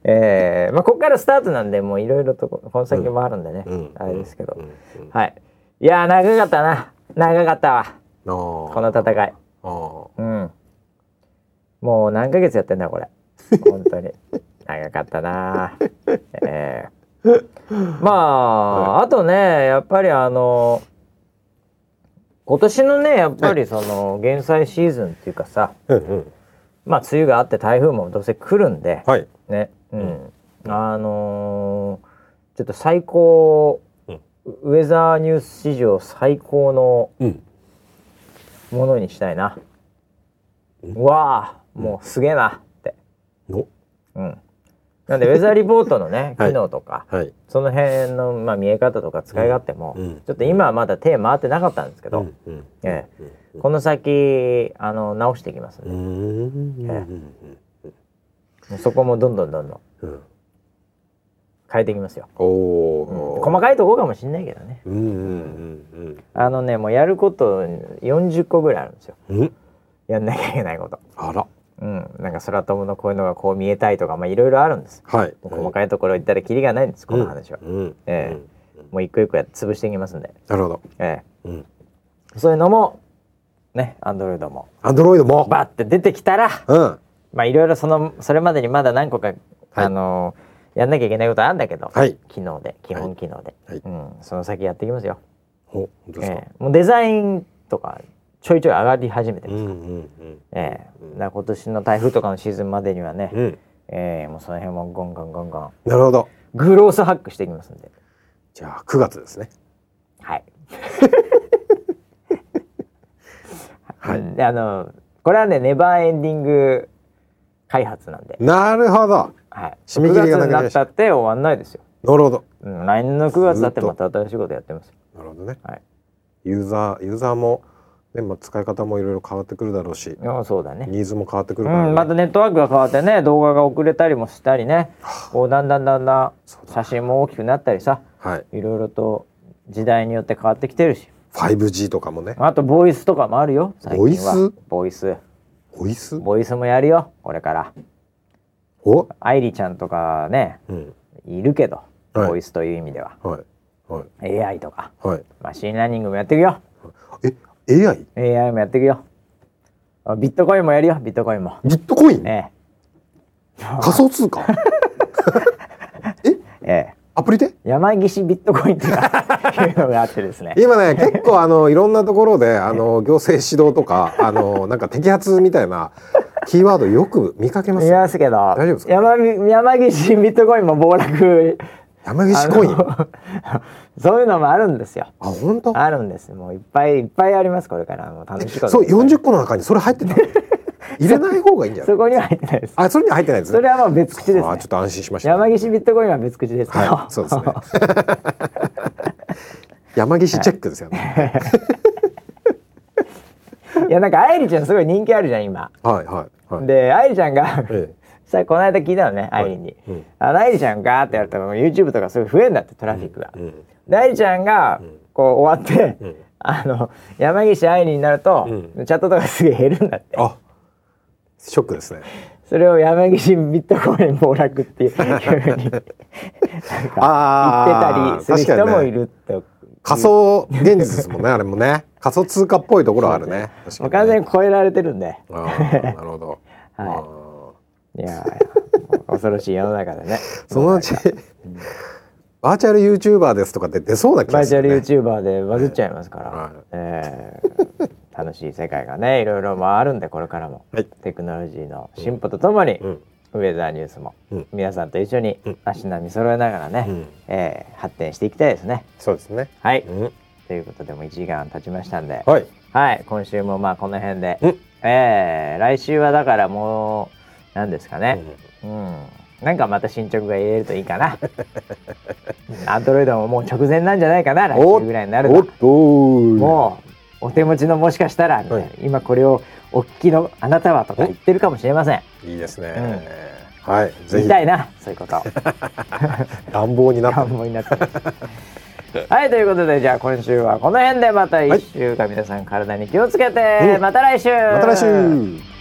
えー、まあここからスタートなんでもういろいろとこの先もあるんでね、うん、あれですけど、うんうんうん、はい。いやー長かったな、長かったわこの戦い。あ、うん、もう何ヶ月やってんだこれ本当に長かったな。えー、まあ、はい、あとねやっぱりあの今年のねやっぱりその減災シーズンっていうかさ、はい、まあ梅雨があって台風もどうせ来るんで、はい、ね、うん、あのー、ちょっと最高、うん、ウェザーニュース史上最高のものにしたいな、うん、うわあもうすげえなって、うん、うん、なんでウェザーリポートのね機能とか、はいはい、その辺の、まあ、見え方とか使い勝手も、うん、ちょっと今はまだ手回ってなかったんですけど、うんうん、ええうん、この先あの直していきますんで、うんええ、そこもどんどんどんどん、うん、変えていきますよ。お、うん、細かいところかもしれないけどね、うんうんうんうん、あのねもうやることよんじゅっこぐらいあるんですよ、うん、やんなきゃいけないこと。あら、うん、なんか空飛ぶのこういうのがこう見えたいとかまあいろいろあるんです、はい、細かいところ言ったらキリがないんです、この話は、うん、えーうん、もう一個一個やって潰していきますんで。なるほど、えーうん、そういうのもね、アンドロイドもアンドロイドもバッて出てきたら、うん、まあいろいろそのそれまでにまだ何個か、はい、あのー、やんなきゃいけないことあるんだけど、はい、機能で基本機能で、はい、うん、その先やっていきますよ。ほ、本当ですか。えー、もうデザインとかちょいちょい上がり始めてますから、うんうんうん、えー、だから今年の台風とかのシーズンまでにはね、うん、えー、もうその辺もゴンゴンゴンゴン、なるほど、グロースハックしていきますんで。じゃあくがつですね。はいはい、であのこれはねネバーエンディング開発なんで。なるほど、はい、締め切りがなくなったって終わんないですよ。なるほど、うん、来年のくがつだってまた新しいことやってます。なるほどね、はい、ユーザーユーザーもでも使い方もいろいろ変わってくるだろうし、あ、そうだね、ニーズも変わってくるからね、うん、またネットワークが変わってね動画が遅れたりもしたりね、こうだんだんだんだん写真も大きくなったりさ、はい、いろいろと時代によって変わってきてるし、 ファイブジー とかもね、あとボイスとかもあるよ最近は。ボイスボイスボイスボイスもやるよこれから。お、愛理ちゃんとかね、うん、いるけど、はい、ボイスという意味では、はいはい、エーアイ とか、はい、マシンラーニングもやっていくよ。えエーアイ？ エーアイ もやっていくよ。ビットコインもやるよ、ビットコインも。ビットコイン？ええ、仮想通貨えええ、アプリで山岸ビットコインっていうのがあってですね今ね結構あのいろんなところであの行政指導とかあのなんか摘発みたいなキーワードよく見かけます。見ますけど大丈夫ですか？ 山, 山岸ビットコインも暴落。山岸コインそういうのもあるんですよ。あ、本当？あるんです。もういっぱいいっぱいありますこれから。もう楽しいこと。そう、よんじゅっこの中にそれ入ってた入れない方がいいんじゃない？そこには入ってないです。あ、それには入ってないですね。それはまあ別口ですね。あ、ちょっと安心しました、ね。山岸ビットコインは別口ですけど、はい、そうですね山岸チェックですよね、はい、いやなんか愛理ちゃんすごい人気あるじゃん今。はいはいはい。で愛理ちゃんが、ええ、さこの間聞いたのね、愛理に、うん、あの愛理ちゃんがーってやると YouTube とかすごい増えんだってトラフィックが、うんうん、で愛理ちゃんがこう終わって、うん、あの山岸愛理になると、うん、チャットとかすげえ減るんだって。あ、ショックですね。それを山岸ビットコイン暴落っていうふうになんか言ってたりする人もいるって、ね、仮想現実ですもんねあれもね仮想通貨っぽいところあるね。確かにね、完全に超えられてるんで。あ、なるほど、はい、いや恐ろしい世の中でねそのうち、うん、バーチャル YouTuber ですとかって出そうな気がするね。バーチャル YouTuber でバズっちゃいますから、はい、えー、楽しい世界がねいろいろもあるんでこれからも、はい、テクノロジーの進歩とともに、うん、ウェザーニュースも、うん、皆さんと一緒に足並み揃えながらね、うん、えー、発展していきたいですね。そうですね。はい、うん、ということでもいちじかん経ちましたんで、はい、はい、今週もまあこの辺で、うん、えー、来週はだからもう何ですかね、うん、うん、なんかまた進捗が言えるといいかなアンドロイドももう直前なんじゃないかな来週ぐらいになると。おっともうお手持ちのもしかしたら、はい、今これをお聞きのあなたはとか言ってるかもしれません。いいですね、うん、はい、ぜひ言いたいなそういうこと願望になった願望になったはい、ということでじゃあ今週はこの辺でまたいっしゅうかん皆さん体に気をつけて、うん、また来週また来週。